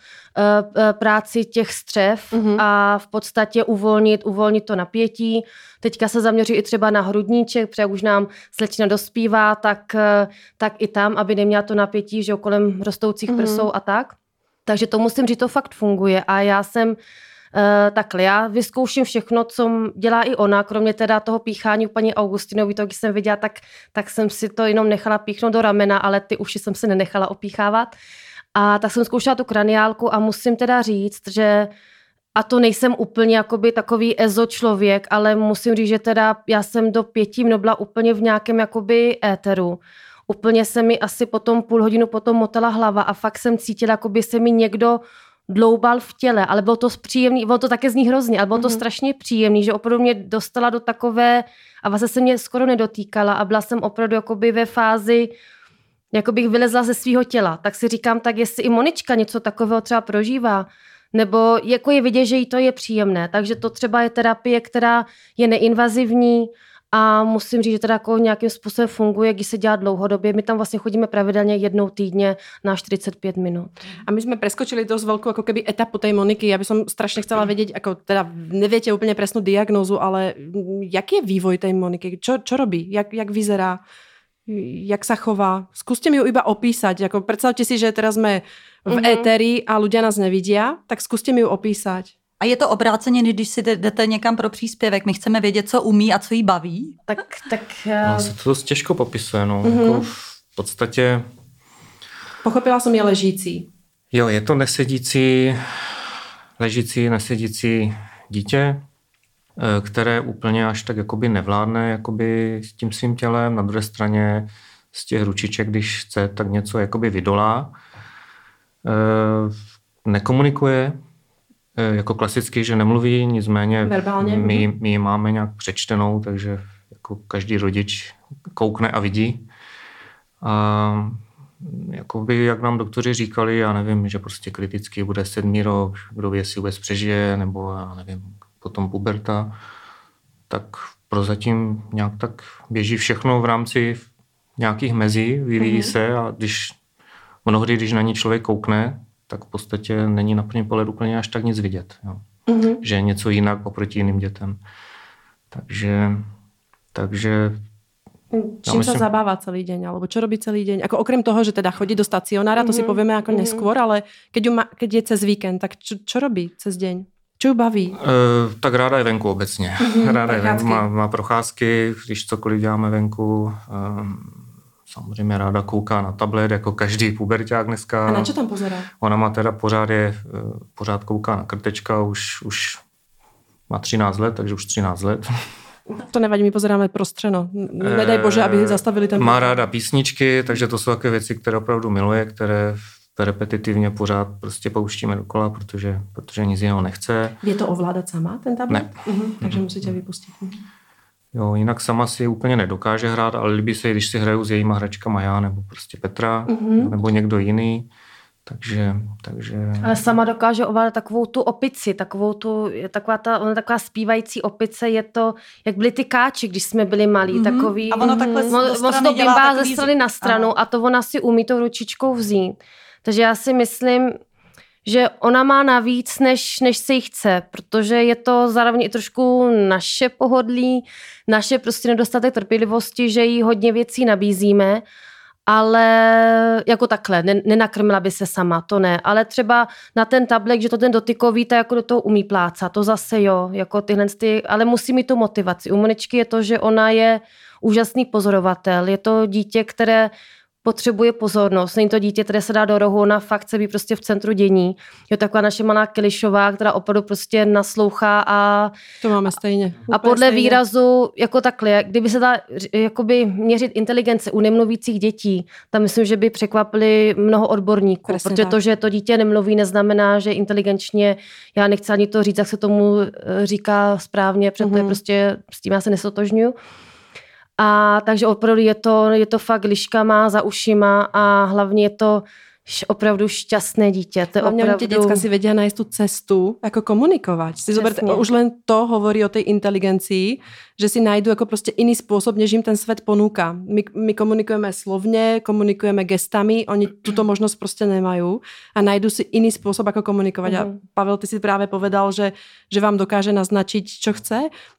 práci těch střev mm-hmm. a v podstatě uvolnit, uvolnit to napětí. Teďka se zaměří i třeba na hrudníček, protože už nám slečna dospívá, tak, tak i tam, aby neměla to napětí, že kolem rostoucích mm-hmm. prsou a tak. Takže to musím říct, to fakt funguje a já jsem takhle, já vyzkouším všechno, co dělá i ona, kromě teda toho píchání u paní Augustinový, to, když jsem viděla, tak, tak jsem si to jenom nechala píchnout do ramena, ale ty uši jsem se nenechala opíchávat. A tak jsem zkoušela tu kraniálku a musím teda říct, že a to nejsem úplně jakoby takový ezo člověk, ale musím říct, že teda já jsem do pěti minut byla úplně v nějakém jakoby éteru. Úplně se mi asi potom půl hodinu potom motala hlava a fakt jsem cítila, jakoby se mi někdo dloubal v těle, ale bylo to příjemný, bylo to také zní hrozně, ale bylo to mm-hmm. strašně příjemný, že opravdu mě dostala do takové, a vlastně se mě skoro nedotýkala a byla jsem opravdu jakoby ve fázi, jako bych vylezla ze svého těla. Tak si říkám, tak jestli i Monička něco takového třeba prožívá, nebo jako je vidět, že jí to je příjemné. Takže to třeba je terapie, která je neinvazivní a musím říct, že teda jako nějakým způsobem funguje, když se dělá dlouhodobě. My tam vlastně chodíme pravidelně jednou týdně na čtyřicet pět minut. A my jsme preskočili dosť veľkú ako keby etapu tej Moniky. Ja by som strašne chcela vedieť, ako teda neviete úplne presnú diagnózu, ale jaký je vývoj tej Moniky? Čo, čo robí? Jak, jak vyzerá? Jak sa chová? Skúste mi ju iba opísať. Ako predstavte si, že teraz sme v mm-hmm. éteri a ľudia nás nevidia, tak skúste mi ju opísať. A je to obráceně, když si jdete někam pro příspěvek, my chceme vědět, co umí a co jí baví? Tak, tak... No, se to dost těžko popisuje, no. Mm-hmm. Jako v podstatě... Pochopila jsem, je ležící. Jo, je to nesedící, ležící, nesedící dítě, které úplně až tak jakoby nevládne jakoby s tím svým tělem. Na druhé straně z těch ručiček, když chce, tak něco jakoby vydolá. E, nekomunikuje, e, jako klasicky, že nemluví, nicméně verbálně. My, my ji máme nějak přečtenou, takže jako každý rodič koukne a vidí. A jakoby, jak nám doktoři říkali, já nevím, že prostě kriticky bude sedmý rok, kdo ví, jestli vůbec přežije, nebo já nevím, potom puberta, tak prozatím nějak tak běží všechno v rámci nějakých mezí, vyvíjí mm-hmm. se a když mnohdy, když na ní člověk koukne, tak v podstatě není na první pohled úplně až tak nic vidět. Jo. Mm-hmm. Že je něco jinak oproti jiným dětem. Takže, takže čím myslím... sa zabáva celý deň, alebo čo robí celý deň? Ako okrem toho, že teda chodí do stacionára, mm-hmm. to si povieme ako mm-hmm. neskôr, ale keď, ju ma, keď je cez víkend, tak čo, čo robí cez deň? Čo ju baví? E, tak ráda je venku obecně. Mm-hmm, ráda je venku, má, má procházky, když cokoliv děláme venku. E, samozřejmě ráda kouká na tablet, jako každý puberťák dneska. A na čo tam pozerá? Ona má teda pořád, je, pořád kouká na krtečka, už, už má třináct let, takže už třináct let. To nevadí, my pozeráme prostřeno. Nedaj bože, aby zastavili ten... Má ráda písničky, takže to jsou takové věci, které opravdu miluje, které repetitivně pořád prostě pouštíme dokola, protože, protože nic jiného nechce. Je to ovládat sama, ten tablet? Ne. Mhm, takže musíte vypustit. Jo, jinak sama si úplně nedokáže hrát, ale líbí se, když si hraju s jejíma hračkama já, nebo prostě Petra, mm-hmm. nebo někdo jiný. Takže, takže... Ale sama dokáže ovládat takovou tu opici, takovou tu, taková ta, ona taková zpívající opice, je to, jak byly ty káči, když jsme byli malí, mm-hmm. takový... A ono takhle mm-hmm. z strany to dělá ze strany na stranu Aha. a to ona si umí tou ručičkou vzít. Takže já si myslím, že ona má navíc, než, než se jí chce, protože je to zároveň i trošku naše pohodlí, naše prostě nedostatek trpělivosti, že jí hodně věcí nabízíme, ale jako takhle, nenakrmila by se sama, to ne, ale třeba na ten tablet, že to ten dotykový, tak jako do toho umí plácat, to zase jo, jako tyhle ty, ale musí mít tu motivaci. U Moničky je to, že ona je úžasný pozorovatel, je to dítě, které potřebuje pozornost. Není to dítě, které se dá do rohu, ona fakt chce být prostě v centru dění. Je taková naše malá Kilišová, která opravdu prostě naslouchá a... To máme stejně. A podle stejně. Výrazu, jako takhle, kdyby se dá jakoby měřit inteligence u nemluvících dětí, tam myslím, že by překvapili mnoho odborníků. Presně protože tak. To, že to dítě nemluví, neznamená, že inteligenčně, já nechci ani to říct, jak se tomu říká správně, protože mm-hmm. to je prostě, s tím já se nesotožňuju. A takže opravdu je to, je to fakt liškama za ušima a hlavně je to opravdu šťastné dítě. To hlavně opravdu... tie decka si vedia nájsť tú cestu, ako komunikovať. Si zoberte, už len to hovorí o tej inteligencii, že si nájdu ako proste iný spôsob, než im ten svet ponúka. My, my komunikujeme slovne, komunikujeme gestami, oni túto možnosť proste nemajú a nájdu si iný spôsob, ako komunikovať. Mm-hmm. A Pavel, ty si práve povedal, že, že vám dokáže naznačiť, čo chce.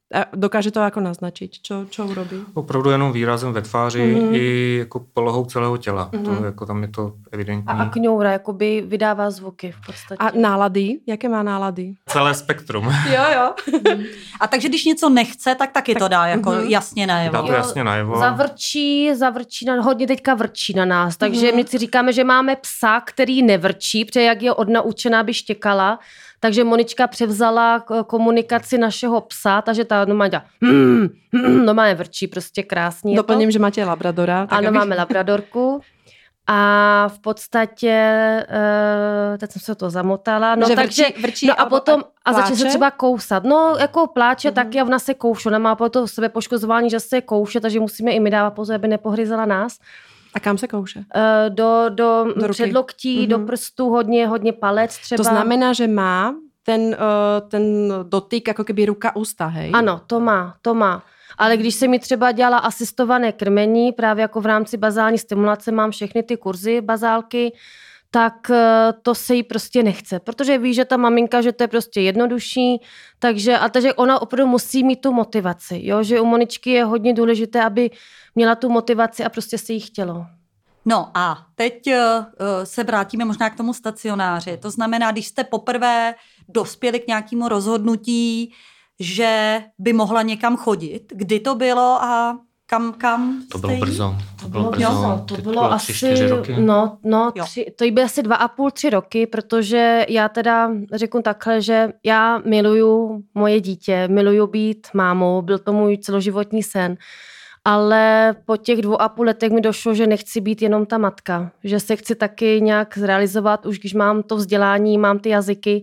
Dokáže to jako naznačit, čo, čo urobí? Opravdu jenom výrazem ve tváři mm-hmm. i jako polohou celého těla. Mm-hmm. To, jako tam je to evidentní. A, a kňoura jakoby vydává zvuky v podstatě. A nálady? Jaké má nálady? Celé spektrum. Jo, jo. A takže když něco nechce, tak taky tak, to dá jako mm-hmm. jasně najevo. Dá to jasně najevo. Zavrčí, zavrčí, na, hodně teďka vrčí na nás, takže mm-hmm. my si říkáme, že máme psa, který nevrčí, protože jak je odnaučená, by štěkala. Takže Monička převzala komunikaci našeho psa, takže ta no má dělá mm, mm, no má vrčí, prostě krásný. Doplním, že máte labradora. Tak ano, abych... máme labradorku. A v podstatě, uh, teď jsem se to zamotala. No, že takže, vrčí, vrčí no a potom, a začne se třeba kousat. No, jako pláče, mm-hmm. taky a ona se kouše. Nemá potom sebe poškozování, že se kouše, takže musíme i my dávat pozor, aby nepohryzela nás. A kam se kouše? Uh, do, do, do předloktí, mm-hmm. do prstů, hodně, hodně palec třeba. To znamená, že má ten, uh, ten dotyk, jako keby ruka ústa, hej? Ano, to má, to má. Ale když se mi třeba dělala asistované krmení, právě jako v rámci bazální stimulace, mám všechny ty kurzy bazálky, tak to se jí prostě nechce, protože ví, že ta maminka, že to je prostě jednodušší, takže, a takže ona opravdu musí mít tu motivaci, jo? Že u Moničky je hodně důležité, aby měla tu motivaci a prostě se jí chtělo. No a teď uh, se vrátíme možná k tomu stacionáři. To znamená, když jste poprvé dospěli k nějakému rozhodnutí, že by mohla někam chodit, kdy to bylo a kam, kam To bylo brzo. To bylo brzo. To bylo asi, tři, roky. no, no tři, to jí bylo asi dva a půl, tři roky, protože já teda řeknu takhle, že já miluju moje dítě, miluju být mámou, byl to můj celoživotní sen. Ale po těch dvou a půl letech mi došlo, že nechci být jenom ta matka, že se chci taky nějak zrealizovat, už když mám to vzdělání, mám ty jazyky.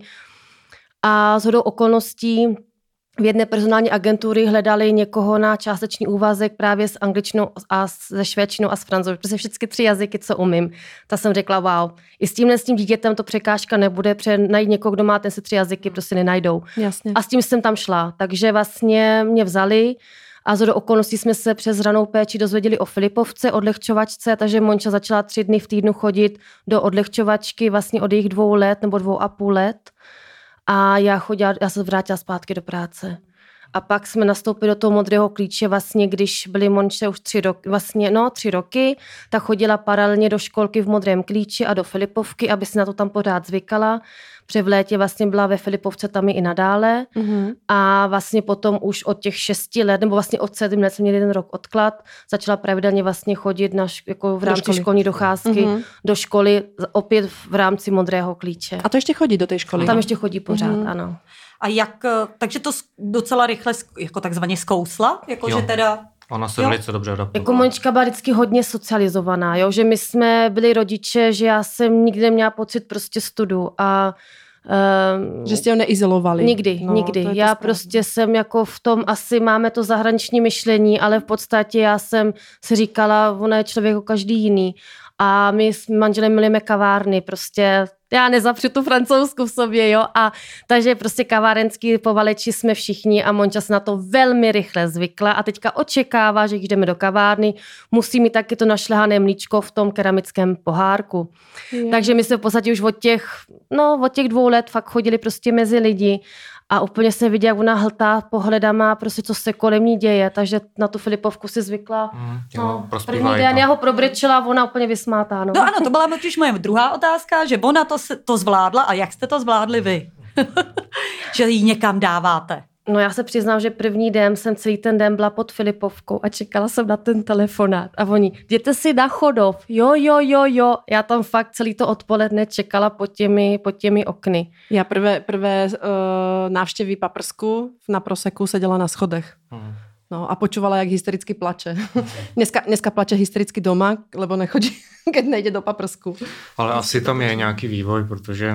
A shodou okolností v jedné personální agentury hledali někoho na částečný úvazek právě s angličtinou a se švédštinou a s francouzštinou, protože všechny tři jazyky, co umím. Tak jsem řekla, wow, i s tímhle s tím dítětem to překážka nebude, protože najít někoho, kdo má ten se tři jazyky, prostě nenajdou. Jasně. A s tím jsem tam šla, takže vlastně mě vzali a shodou okolností jsme se přes ranou péči dozvěděli o Filipovce, odlehčovačce, takže Monča začala tři dny v týdnu chodit do odlehčovačky vlastně od jejich dvou let nebo dvou a půl let. A já chodila, já se vrátila zpátky do práce. A pak jsme nastoupili do toho modrého klíče, vlastně, když byly Monče už tři roky, vlastně, no, tři roky, tak chodila paralelně do školky v modrém klíči a do Filipovky, aby si na to tam pořád zvykala. Protože v létě vlastně byla ve Filipovce tam i nadále. Mm-hmm. A vlastně potom už od těch šesti let, nebo vlastně od sedmi let jsme měli jeden rok odklad, začala pravidelně vlastně chodit na, jako v rámci školní docházky mm-hmm. do školy, opět v rámci modrého klíče. A to ještě chodí do té školy? Tam ještě chodí pořád, mm-hmm. ano. A jak, takže to docela rychle jako takzvaně zkousla? Jako, že teda... Ona se jo. velice dobře adaptovala. Jako Monička byla vždycky hodně socializovaná, jo? Že my jsme byli rodiče, že já jsem nikdy neměla pocit prostě studu a Um, že jste ho neizolovali. Nikdy, no, nikdy. Já správně. Prostě jsem jako v tom, asi máme to zahraniční myšlení, ale v podstatě já jsem si říkala, ona je člověk jako každý jiný. A my s manželem milujeme kavárny, prostě já nezapřu tu francouzsku v sobě, jo, a takže prostě kavárenský povaleči jsme všichni a Monča se na to velmi rychle zvykla a teďka očekává, že když jdeme do kavárny, musí mít taky to našlehané mlíčko v tom keramickém pohárku. Je. Takže my jsme v podstatě už od těch, no, od těch dvou let fakt chodili prostě mezi lidi a úplně jsem viděla, jak ona hltá pohledama, prostě co se kolem ní děje, takže na tu Filipovku si zvykla. Mm, no, první den já ho probrečela a ona úplně vysmátá. No. no ano, to byla totiž moje druhá otázka, že ona to, to zvládla a jak jste to zvládli vy? Že ji někam dáváte. No já se přiznám, že první den jsem celý ten den byla pod Filipovkou a čekala jsem na ten telefonát a oni, jděte si na Chodov, jo, jo, jo, jo. Já tam fakt celý to odpoledne čekala pod těmi, pod těmi okny. Já prvé, prvé uh, návštěvy paprsku na Proseku seděla na schodech. Hmm. No a počúvala, jak hystericky plače. dneska, dneska plače hystericky doma, lebo nechodí, keď nejde do paprsku. Ale asi tam je nějaký vývoj, protože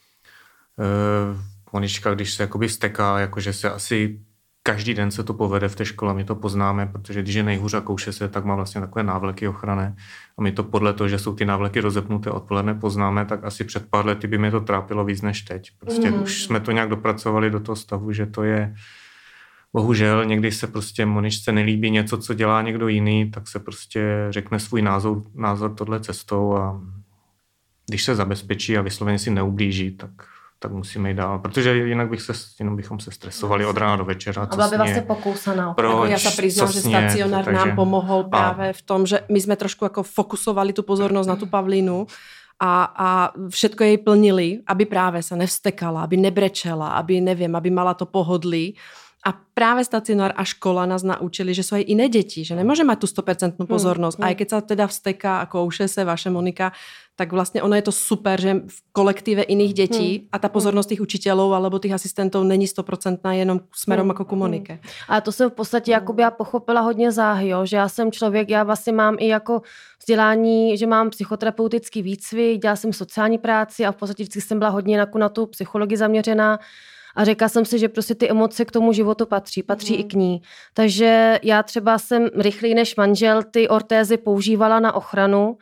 uh, Monička, když se jakoby steká, jakože se asi každý den se to povede v té škole, my to poznáme, protože když je nejhůř a kouše se, tak má vlastně takové návleky ochranné. A my to podle toho, že jsou ty návleky rozepnuté odpoledne, poznáme, tak asi před pár lety by mě to trápilo víc než teď. Prostě mm. už jsme to nějak dopracovali do toho stavu, že to je bohužel, někdy se prostě Moničce nelíbí něco, co dělá někdo jiný, tak se prostě řekne svůj názor, názor tohle cestou a když se zabezpečí a vysloveně si neublíží, tak tak musíme jít dál, protože jinak bych se, jinak bychom se stresovali od rána do večera. A byla by vlastně pokousaná. Proč, ja sa priznám, že stacionár takže... nám pomohol práve v tom, že my sme trošku ako fokusovali tú pozornosť na tú Pavlínu a, a všetko jej plnili, aby práve sa nevstekala, aby nebrečela, aby neviem, aby mala to pohodlí. A práve stacionár a škola nás naučili, že sú aj iné deti, že nemôže mať tú sto percent pozornosť. Hmm, hmm. Aj keď sa teda vsteká, ako uše se vaše Monika, tak vlastne ono je to super, že v kolektíve iných detí hmm. a tá pozornosť tých učiteľov alebo tých asistentov není sto percent jenom smerom hmm. ako ku Monike. A to jsem v podstatě jakoby já pochopila hodně záhy, jo? Že já jsem člověk, já vlastně mám i jako vzdělání, že mám psychoterapeutický výcvik, dělala jsem sociální práci a v podstatě vždycky jsem byla hodně jako na tu psychologii zaměřená. A řekla jsem si, že prostě ty emoce k tomu životu patří, patří mm. i k ní. Takže já třeba jsem rychleji než manžel ty ortézy používala na ochranu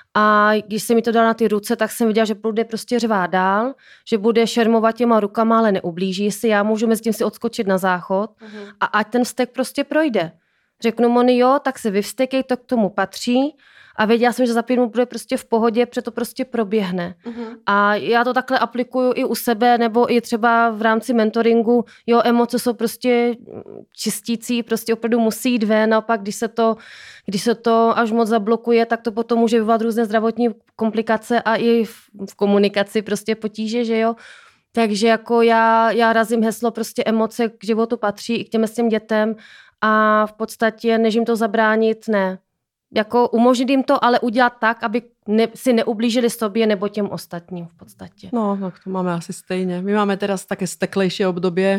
a když se mi to dala na ty ruce, tak jsem viděla, že bude prostě řvát dál, že bude šermovat těma rukama, ale neublíží si. Já můžu mezi tím si odskočit na záchod mm. a ať ten vztek prostě projde. Řeknu Moni, jo, tak se vyvstekej, to k tomu patří. A věděla jsem, že za pět minut bude prostě v pohodě, protože to prostě proběhne. Uh-huh. A já to takhle aplikuju i u sebe, nebo i třeba v rámci mentoringu. Jo, emoce jsou prostě čistící, prostě opravdu musí jít ven. Naopak, když se to, když se to až moc zablokuje, tak to potom může vyvolat různé zdravotní komplikace a i v, v komunikaci prostě potíže, že jo. Takže jako já, já razím heslo, prostě emoce k životu patří i k těm s těm dětem a v podstatě, než jim to zabránit, ne. Jako umožnit jim to, ale udělat tak, aby ne, si neublížili sobě nebo těm ostatním v podstatě. No, tak to máme asi stejně. My máme teraz také steklejšie obdobie,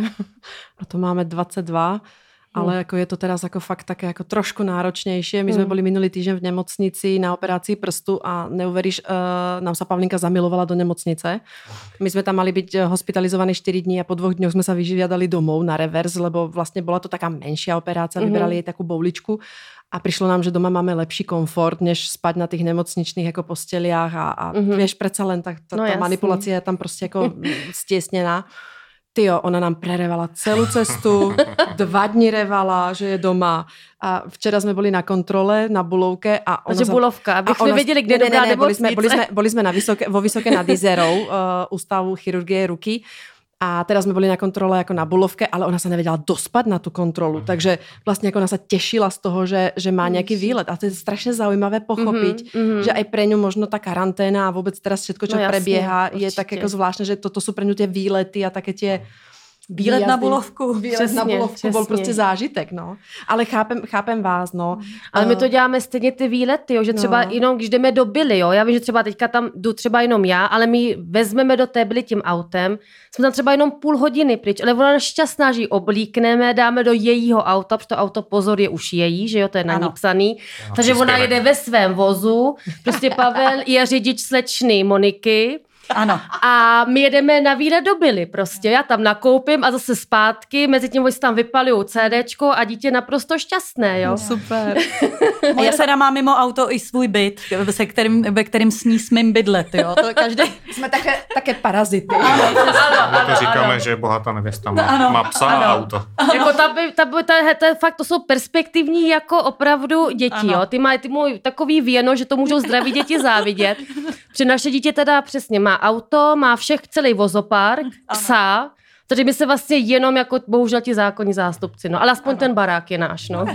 a to máme dvadsaťdva, ale hmm. jako je to teraz jako fakt také jako trošku náročnější. My jsme hmm. byli minulý týždeň v nemocnici na operácii prstu a neuveríš, uh, nám sa Pavlinka zamilovala do nemocnice. My jsme tam mali byť hospitalizovaní štyri dní a po dvoch dňoch jsme sa vyžiadali domov na revers, lebo vlastně byla to taká menšia operácia, hmm. vybrali jej takú bouličku. A prišlo nám, že doma máme lepší komfort, než spať na tých nemocničných jako posteliach a, a mm-hmm. vieš, predsa len tak, ta, no, ta manipulácia je tam prostě jako stiesnená. Tyjo, ona nám prerevala celú cestu, dva dní revala, že je doma. A včera jsme byli na kontrole na Bulovke. A ona Takže za... Bulovka, abychom ona... věděli, kde ne, dobrá ne, ne, nemocnice. Byli jsme, byli jsme, byli jsme na vysoké, vo Vysoké nad Izerou, uh, Ústavu chirurgie ruky. A teraz jsme byli na kontrole jako na Bulovke, ale ona se nevěděla dospat na tu kontrolu. Takže vlastně jako ona se těšila z toho, že, že má nějaký výlet. A to je strašně zaujímavé pochopit, mm-hmm. že aj pre ňu možno ta karanténa a vůbec teraz všetko, čo no, prebieha, je tak jako zvláštne, že toto jsou pre ňu tie výlety a také tie Výlet výjazdy, na Bulovku. Výlet přesně, na Bulovku přesně. Byl prostě zážitek, no. Ale chápem, chápem vás, no. Ale my to děláme stejně ty výlety, jo, že třeba no. jenom, když jdeme do Byly, jo, já vím, že třeba teďka tam jdu třeba jenom já, ale my vezmeme do té Byly tím autem, jsme tam třeba jenom půl hodiny pryč, ale ona šťastná, že ji oblíkneme, dáme do jejího auta, protože to auto, pozor, je už její, že jo, to je na ní psaný, no, takže ona jede ve svém vozu, prostě Pavel je řidič slečny Moniky. Ano. A my jedeme na výlet do Byly prostě. Já tam nakoupím a zase zpátky, mezi tím oni tam vypalujou CDčko a dítě naprosto šťastné, jo. No, super. A já teda mám mimo auto i svůj byt, se kterým, ve kterým sní smím bydlet, jo. To každý... Jsme také, také parazity. Ano, ano, ano, to říkáme, ano. Že je bohatá nevěsta, má, ano, má psa ano. a auto. Ano. Jako ta, ta, ta, ta, fakt to jsou perspektivní jako opravdu děti, ano. Jo. Ty mají ty můj takový věno, že to můžou zdraví děti závidět. Při naše dítě teda přesně má auto, má všech celý vozopark, psa, takže my se vlastně jenom jako bohužel ti zákonní zástupci, no, ale aspoň ano. Ten barák je náš, no.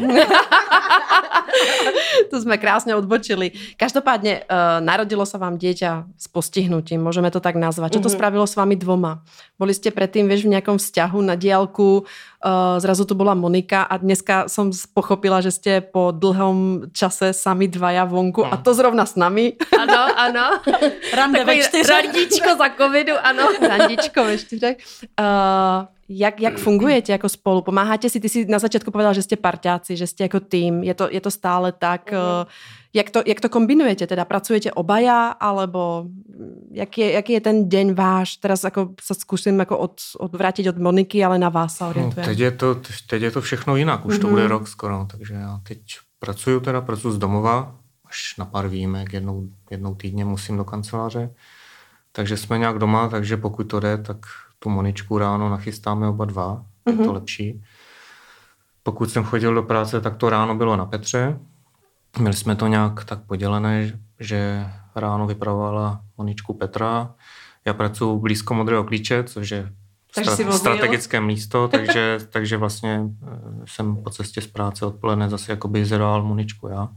To jsme krásně odbočili. Každopádně uh, narodilo se vám dieťa s postihnutím, můžeme to tak nazvat. Čo to mm-hmm. spravilo s vámi dvoma? Boli ste predtým, vieš, v nejakom vzťahu na diaľku, uh, zrazu tu bola Monika a dneska som pochopila, že ste po dlhom čase sami dvaja vonku a to zrovna s nami. Ano, ano. Rande ve čtyřech. Randíčko za covidu, ano. Randíčko ve čtyřech. Uh, Jak, jak fungujete jako spolu? Pomáháte si? Ty si na začátku povedal, že jste parťáci, že jste jako tým. Je to, je to stále tak? Mm. Jak, to, jak to kombinujete? Teda pracujete obaja? Alebo jaký je, jaký je ten den váš? Teraz jako se zkusím jako od, odvrátit od Moniky, ale na vás se orientujem. No, teď, je to, teď je to všechno jinak. Už mm. to bude rok skoro. Takže já teď pracuju teda, pracuju z domova. Až na pár výjimek. Jednou, jednou týdně musím do kanceláře. Takže jsme nějak doma, takže pokud to jde, tak tu Moničku ráno nachystáme oba dva, je to lepší. Pokud jsem chodil do práce, tak to ráno bylo na Petře. Měli jsme to nějak tak podělené, že ráno vypravovala Moničku Petra, Já pracuji blízko Modrého klíče, což je stra- strategické místo, takže, takže vlastně jsem po cestě z práce odpoledne zase jakoby zeroval muničku já.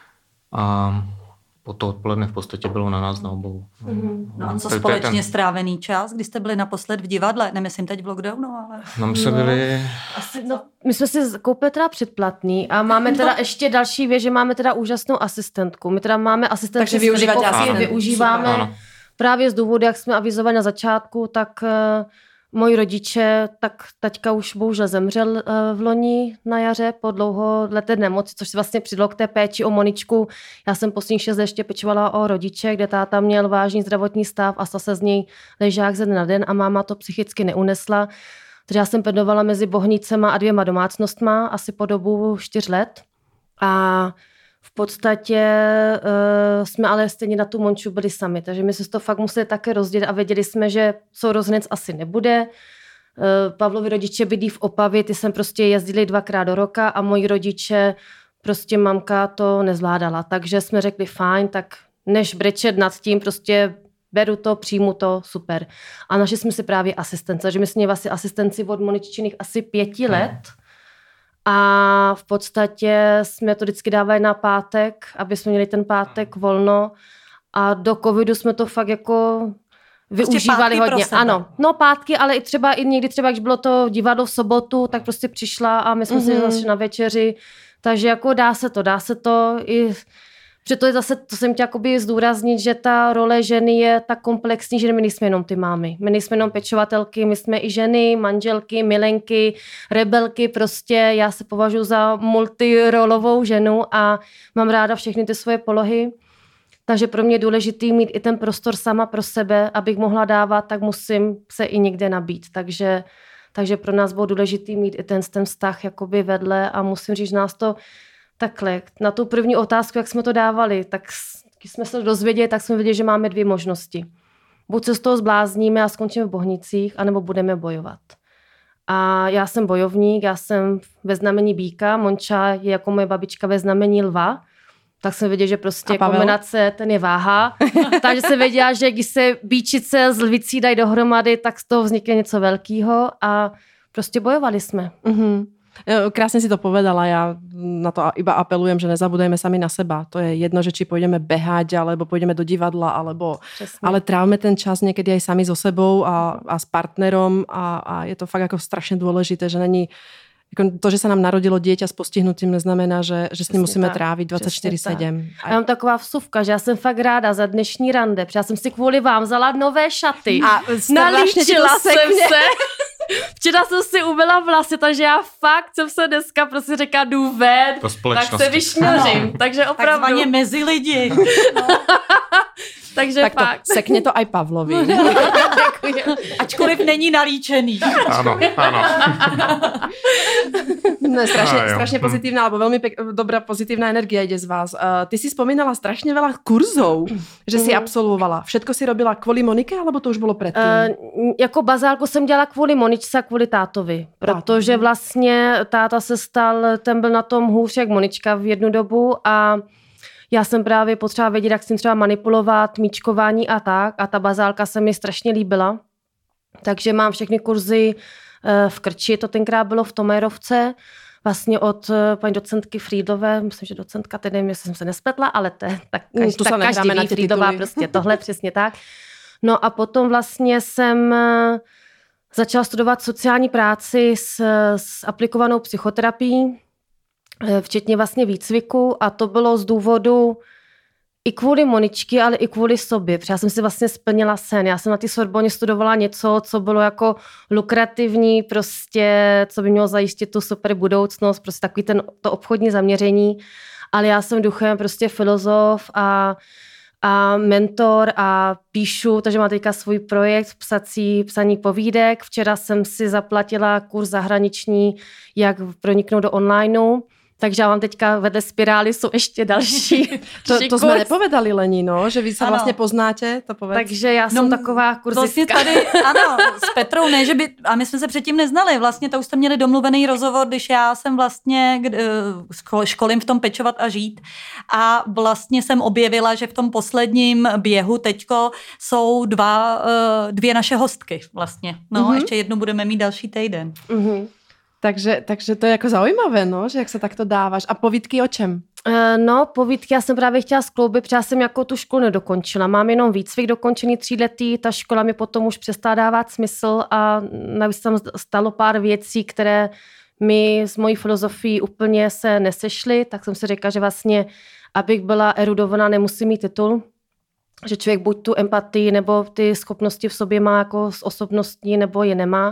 A po to odpoledne v podstatě bylo na nás na obou. Mm-hmm. No a co společně ten... strávený čas, kdy jste byli naposled v divadle? Nemyslím teď v lockdownu, ale... No my jsme byli... Asi, no, my jsme si koupili teda předplatný a máme teda no. ještě další věc, že máme teda úžasnou asistentku. My teda máme asistentku, takže využíváte asistent. Využíváme ano. právě z důvodu, jak jsme avizovali na začátku, tak... Moji rodiče, tak taťka už bohužel zemřel uh, v loni na jaře po dlouholeté nemoci, což se vlastně přidalo k té péči o Moničku. Já jsem posledních šest let ještě pečovala o rodiče, kde táta měl vážný zdravotní stav a stal se z něj ležák ze dne na den a máma to psychicky neunesla. Takže já jsem pedovala mezi Bohnicema a dvěma domácnostma asi po dobu čtyř let. A v podstatě uh, jsme ale stejně na tu Monču byli sami, takže my jsme to fakt museli také rozdělit a věděli jsme, že sourozenec asi nebude. Uh, Pavlovi rodiče bydlí v Opavě, ty jsem prostě jezdili dvakrát do roka a moji rodiče, prostě mamka to nezvládala. Takže jsme řekli fajn, tak než brečet nad tím, prostě beru to, přijmu to, super. A našli jsme si právě asistence, že my jsme měli vlastně asistenci od Moniččiných asi pěti let. A v podstatě jsme to vždycky dávali na pátek, aby jsme měli ten pátek volno. A do covidu jsme to fakt jako využívali prostě hodně. Ano, no pátky, ale i třeba i někdy třeba, když bylo to divadlo v sobotu, tak prostě přišla a my jsme mm-hmm. si zase na večeři. Takže jako dá se to, dá se to i... Protože to je zase, to jsem chtěla jakoby zdůraznit, že ta role ženy je tak komplexní, že my nejsme jenom ty mámy. My nejsme jenom pečovatelky, my jsme i ženy, manželky, milenky, rebelky, prostě já se považuji za multirolovou ženu a mám ráda všechny ty svoje polohy. Takže pro mě je důležitý mít i ten prostor sama pro sebe, abych mohla dávat, tak musím se i někde nabít. Takže, takže pro nás bylo důležitý mít i ten, ten vztah jakoby vedle a musím říct, že nás to takhle, na tu první otázku, jak jsme to dávali, tak když jsme se dozvěděli, tak jsme viděli, že máme dvě možnosti. Buď se z toho zblázníme a skončíme v Bohnicích, anebo budeme bojovat. A já jsem bojovník, já jsem ve znamení býka, Monča je jako moje babička ve znamení lva, tak jsem věděla, že prostě kombinace, ten je váha. Takže jsem věděla, že když se bíčice s lvicí dají dohromady, tak z toho vznikne něco velkého a prostě bojovali jsme. Mhm. Krásne si to povedala, ja na to iba apelujem, že nezabudajme sami na seba. To je jedno, že či pôjdeme behať, alebo pôjdeme do divadla, alebo, ale trávme ten čas niekedy aj sami so sebou a, a s partnerom a, a je to fakt ako strašne dôležité, že není to, že sa nám narodilo dieťa s postihnutím, neznamená, že, že s ním musíme tak tráviť dvacet čtyři sedm. A já mám taková vsuvka, že já jsem fakt ráda za dnešní rande, protože já jsem si kvůli vám vzala nové šaty. A nalíčila jsem se. Včera jsem si umyla vlasy, takže já fakt jsem se dneska prostě řekla jdu ven, tak se vyšňořím. Takže opravdu. Takzvaně mezi lidi. No. Takže tak fakt. To sekne to aj Pavlovi. Ačkoliv není nalíčený. Ano, ano. No, strašne, strašne pozitívna, alebo veľmi pek- dobrá pozitívna energia ide z vás. Uh, ty si spomínala strašne veľa kurzov, že si absolvovala. Všetko si robila kvôli Monike, alebo to už bylo predtým? Uh, jako bazálku jsem dělala kvůli Moničce a kvůli tátovi. Protože vlastně táta se stal, ten byl na tom hůř jak Monička v jednu dobu a já jsem právě potřeba vědět, jak s tím třeba manipulovat, míčkování a tak. A ta bazálka se mi strašně líbila. Takže mám všechny kurzy v Krči, to tenkrát bylo v Tomérovce, vlastně od paní docentky Frídové, myslím, že docentka, tedy nevím, jestli jsem se nespletla, ale to je tak, kaž, tu tak každý ví, Frídová, prostě tohle, přesně tak. No a potom vlastně jsem začala studovat sociální práci s, s aplikovanou psychoterapií, včetně vlastně výcviku a to bylo z důvodu i kvůli Moničky, ale i kvůli sobě, protože já jsem si vlastně splnila sen. Já jsem na té Sorboně studovala něco, co bylo jako lukrativní, prostě, co by mělo zajistit tu super budoucnost, prostě takový ten, to obchodní zaměření, ale já jsem duchem prostě filozof a, a mentor a píšu, takže mám teďka svůj projekt psací, psaní povídek. Včera jsem si zaplatila kurz zahraniční, jak proniknout do onlineu. Takže já mám teďka vedle spirály jsou ještě další. to, to jsme nepovedali, Leni, no, že vy se ano. vlastně poznáte, to povedz. Takže já jsem no, taková kurzistka. Vlastně tady, ano, s Petrou, ne, že by, a my jsme se předtím neznali, vlastně to už jste měli domluvený rozhovor, když já jsem vlastně školím v tom pečovat a žít a vlastně jsem objevila, že v tom posledním běhu teďko jsou dva, dvě naše hostky vlastně. No, mm-hmm. ještě jednu budeme mít další týden. Mm-hmm. Takže, takže to je jako zaujímavé, no, že jak se takto dáváš. A povídky o čem? No, povídky já jsem právě chtěla skloubit, protože já jsem jako tu školu nedokončila. Mám jenom výcvik dokončený tříletý, ta škola mi potom už přestala dávat smysl a navíc tam stalo pár věcí, které mi s mojí filozofií úplně se nesešly, tak jsem si řekla, že vlastně, abych byla erudovaná, nemusím mít titul, že člověk buď tu empatii nebo ty schopnosti v sobě má jako z osobností, nebo je nemá.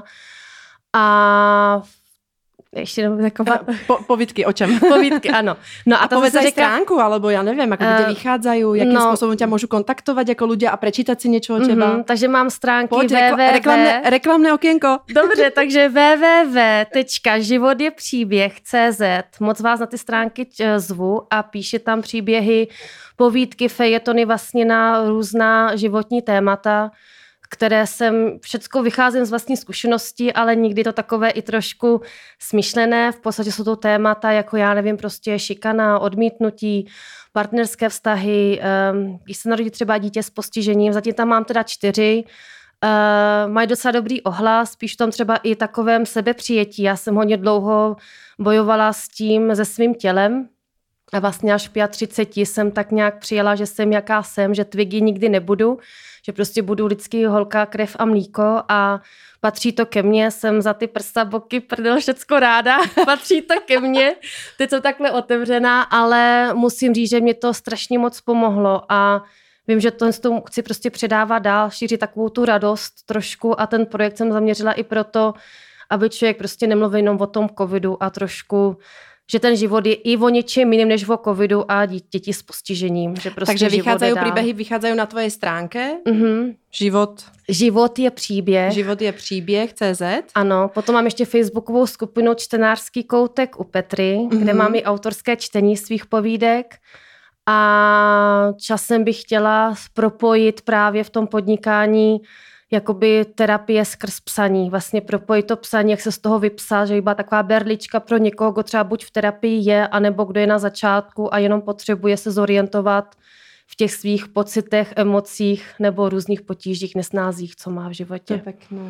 A ještě nebo taková... Po, povídky o čem? Povídky, ano. No a, a povedz aj říká... stránku, alebo ja neviem, ako kde uh, vychádzajú, jakým no, spôsobom ťa môžu kontaktovať ako ľudia a prečítať si niečo o teba. Mm-hmm, takže mám stránky Pojď, www. Reklamné, reklamné okienko. Dobře, takže www tečka život je příběh tečka cé zet. Moc vás na ty stránky zvu a píše tam příběhy, povídky, fejetony vlastně na různá životní témata, které jsem, všecko vycházím z vlastní zkušeností, ale někdy to takové i trošku smyšlené. V podstatě jsou to témata, jako já nevím, prostě šikana, odmítnutí, partnerské vztahy, um, když se narodí třeba dítě s postižením, zatím tam mám teda čtyři, uh, mají docela dobrý ohlas, spíš tam třeba i takovém sebepřijetí. Já jsem hodně dlouho bojovala s tím, se svým tělem, a vlastně až v třicet pět jsem tak nějak přijela, že jsem jaká jsem, že Twiggy nikdy nebudu, že prostě budu vždycky holka, krev a mlíko a patří to ke mně, jsem za ty prsa, boky, prdel, všecko ráda, patří to ke mně, teď jsem takhle otevřená, ale musím říct, že mě to strašně moc pomohlo a vím, že to tomu chci prostě předávat dál, šířit takovou tu radost trošku a ten projekt jsem zaměřila i proto, aby člověk prostě nemluvil jenom o tom covidu a trošku že ten život je i o něčem jiným než o covidu a děti s postižením. Že prostě takže vychádzajú príbehy, vychádzajú na tvojej stránke. Mm-hmm. Život. Život je příběh. Život je příběh tečka cé zet. Ano, potom mám ještě facebookovou skupinu Čtenářský koutek u Petry, mm-hmm. kde mám i autorské čtení svých povídek a časem bych chtěla propojit právě v tom podnikání jakoby terapie skrz psaní. Vlastně propojit to psaní, jak se z toho vypsat, že by byla taková berlička pro někoho, kdo třeba buď v terapii je, anebo kdo je na začátku a jenom potřebuje se zorientovat v těch svých pocitech, emocích nebo různých potížích, nesnázích, co má v životě. To je pěkné.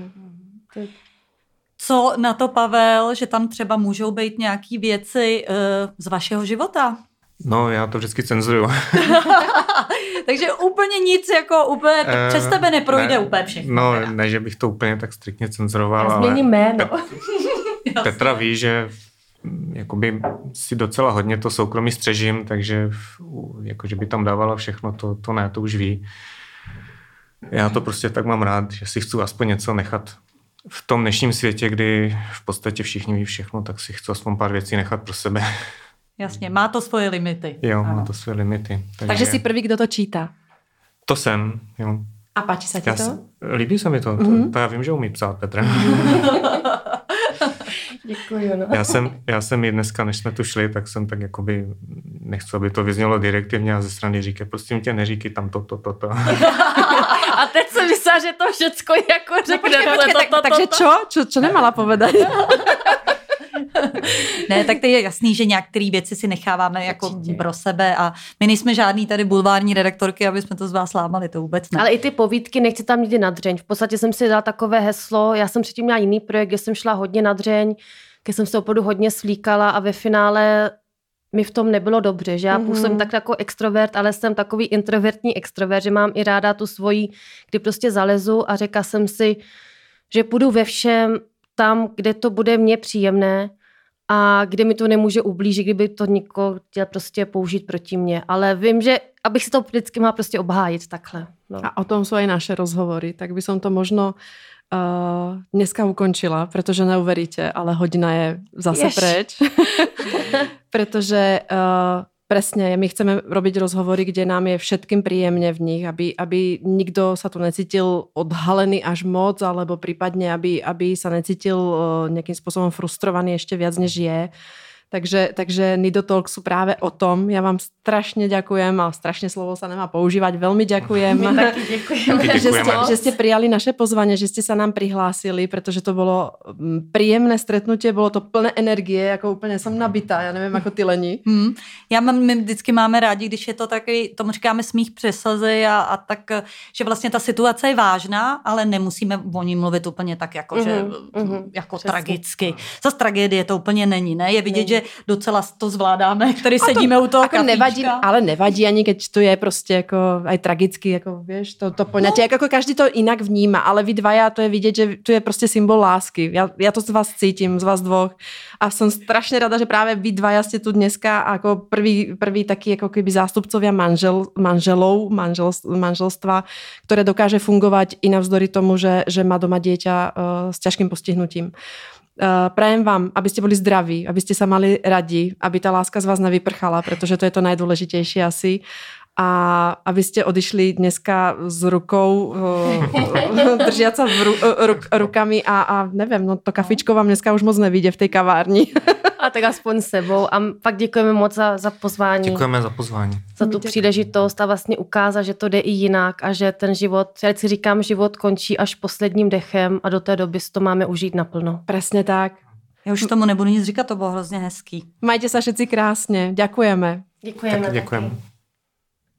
Co na to, Pavel, že tam třeba můžou být nějaký věci uh, z vašeho života? No, já to vždycky cenzuruju. Takže úplně nic, jako úplně, tak přes tebe neprojde ne, úplně všechno. No, teda. Ne, že bych to úplně tak striktně cenzuroval, já změním jméno. Pe- Petra ví, že jakoby si docela hodně to soukromí střežím, takže jako, že by tam dávala všechno, to, to ne, to už ví. Já to prostě tak mám rád, že si chci aspoň něco nechat v tom dnešním světě, kdy v podstatě všichni ví všechno, tak si chci aspoň pár věcí nechat pro sebe. Jasně, má to svoje limity. Jo, ano. Má to svoje limity. Takže, takže jsi první, kdo to čítá. To jsem, jo. A páči se ti to? Já, líbí se mi to. Mm-hmm. to. To já vím, že umí psát, Petra. Děkuji, no. Já jsem, já jsem i dneska, než jsme tu šli, tak jsem tak jakoby, nechci, aby to vyznělo direktivně a ze strany říká, prostě tě neříkej tam to, to, to, to. A teď jsem myslela, že to všecko jako řekne. No, počkej, počkej, to, to, tak, to, takže to. čo? čo? Čo nemala povedať? Ne, tak to je jasný, že některé věci si necháváme jako Určitě. Pro sebe a my nejsme žádný tady bulvární redaktorky, aby jsme to z vás lámali, to vůbec ne. Ale i ty povídky nechci tam nikdy na dřeň. V podstatě jsem si dala takové heslo, já jsem předtím měla jiný projekt, kde jsem šla hodně na dřeň, kde jsem se opravdu hodně slíkala a ve finále mi v tom nebylo dobře, že já mm-hmm. působím tak jako extrovert, ale jsem takový introvertní extrovert, že mám i ráda tu svoji, kdy prostě zalezu a řekla jsem si, že půjdu ve všem tam, kde to bude mně příjemné a kde mi to nemůže ublížit, kdyby to někoho chtěl prostě použít proti mně. Ale vím, že abych si to vždycky má prostě obhájit takhle. No. A o tom sú aj naše rozhovory, tak by som to možno uh, dneska ukončila, pretože neuveríte, ale hodina je zase Jež. preč. Pretože uh, presne, my chceme robiť rozhovory, kde nám je všetkým príjemne v nich, aby, aby nikto sa tu necítil odhalený až moc, alebo prípadne, aby, aby sa necítil uh, nejakým spôsobom frustrovaný ešte viac, než je. Takže, takže Nido Talk sú práve o tom. Ja vám strašne ďakujem a strašne slovo sa nemá používať. Veľmi ďakujem. My taky děkujeme. že, ste, že ste prijali naše pozvanie, že ste sa nám prihlásili, pretože to bolo príjemné stretnutie, bolo to plné energie, jako úplně jsem nabitá, já nevím, jako ty Leni. Hmm. Já mám, my vždycky máme rádi, když je to takový, tomu říkáme smích přes slzy a, a tak, že vlastně ta situace je vážná, ale nemusíme o ní mluvit úplně tak jako, že, mm-hmm. jako tragicky. Zas tragédie to úplně není, ne? Je vidět, že docela to zvládáme, který sedíme u toho jako nevadí, ale nevadí ani, keď to je prostě jako aj tragicky, jako vieš, to, to poňatie, no. Jako každý to jinak vníma, ale vy dvaja, to je vidět, že tu je prostě symbol lásky. Já, já to z vás cítím, z vás dvoch a som strašne rada, že práve vy dvaja ste tu dneska ako prvý, prvý taký ako keby zástupcovia manžel, manželov, manžel, manželstva, ktoré dokáže fungovať i navzdory tomu, že, že má doma dieťa uh, s ťažkým postihnutím. Uh, prajem vám, aby ste boli zdraví, aby ste sa mali radi, aby tá láska z vás nevyprchala, pretože to je to najdôležitejšie asi. A aby ste odišli dneska s rukou, uh, držiaca v ru, ruk, rukami a, a neviem, no to kafičko vám dneska už moc nevíde v tej kavárni. A tak aspoň sebou. A fakt děkujeme moc za, za pozvání. Děkujeme za pozvání. Za tu příležitost a vlastně ukázat, že to jde i jinak a že ten život, já si říkám, život končí až posledním dechem a do té doby si to máme užít naplno. Presne tak. Já už tomu nebudu nic říkat, to bylo hrozně hezký. Majte sa všetci krásne. Ďakujeme. Děkujeme. Tak děkujeme.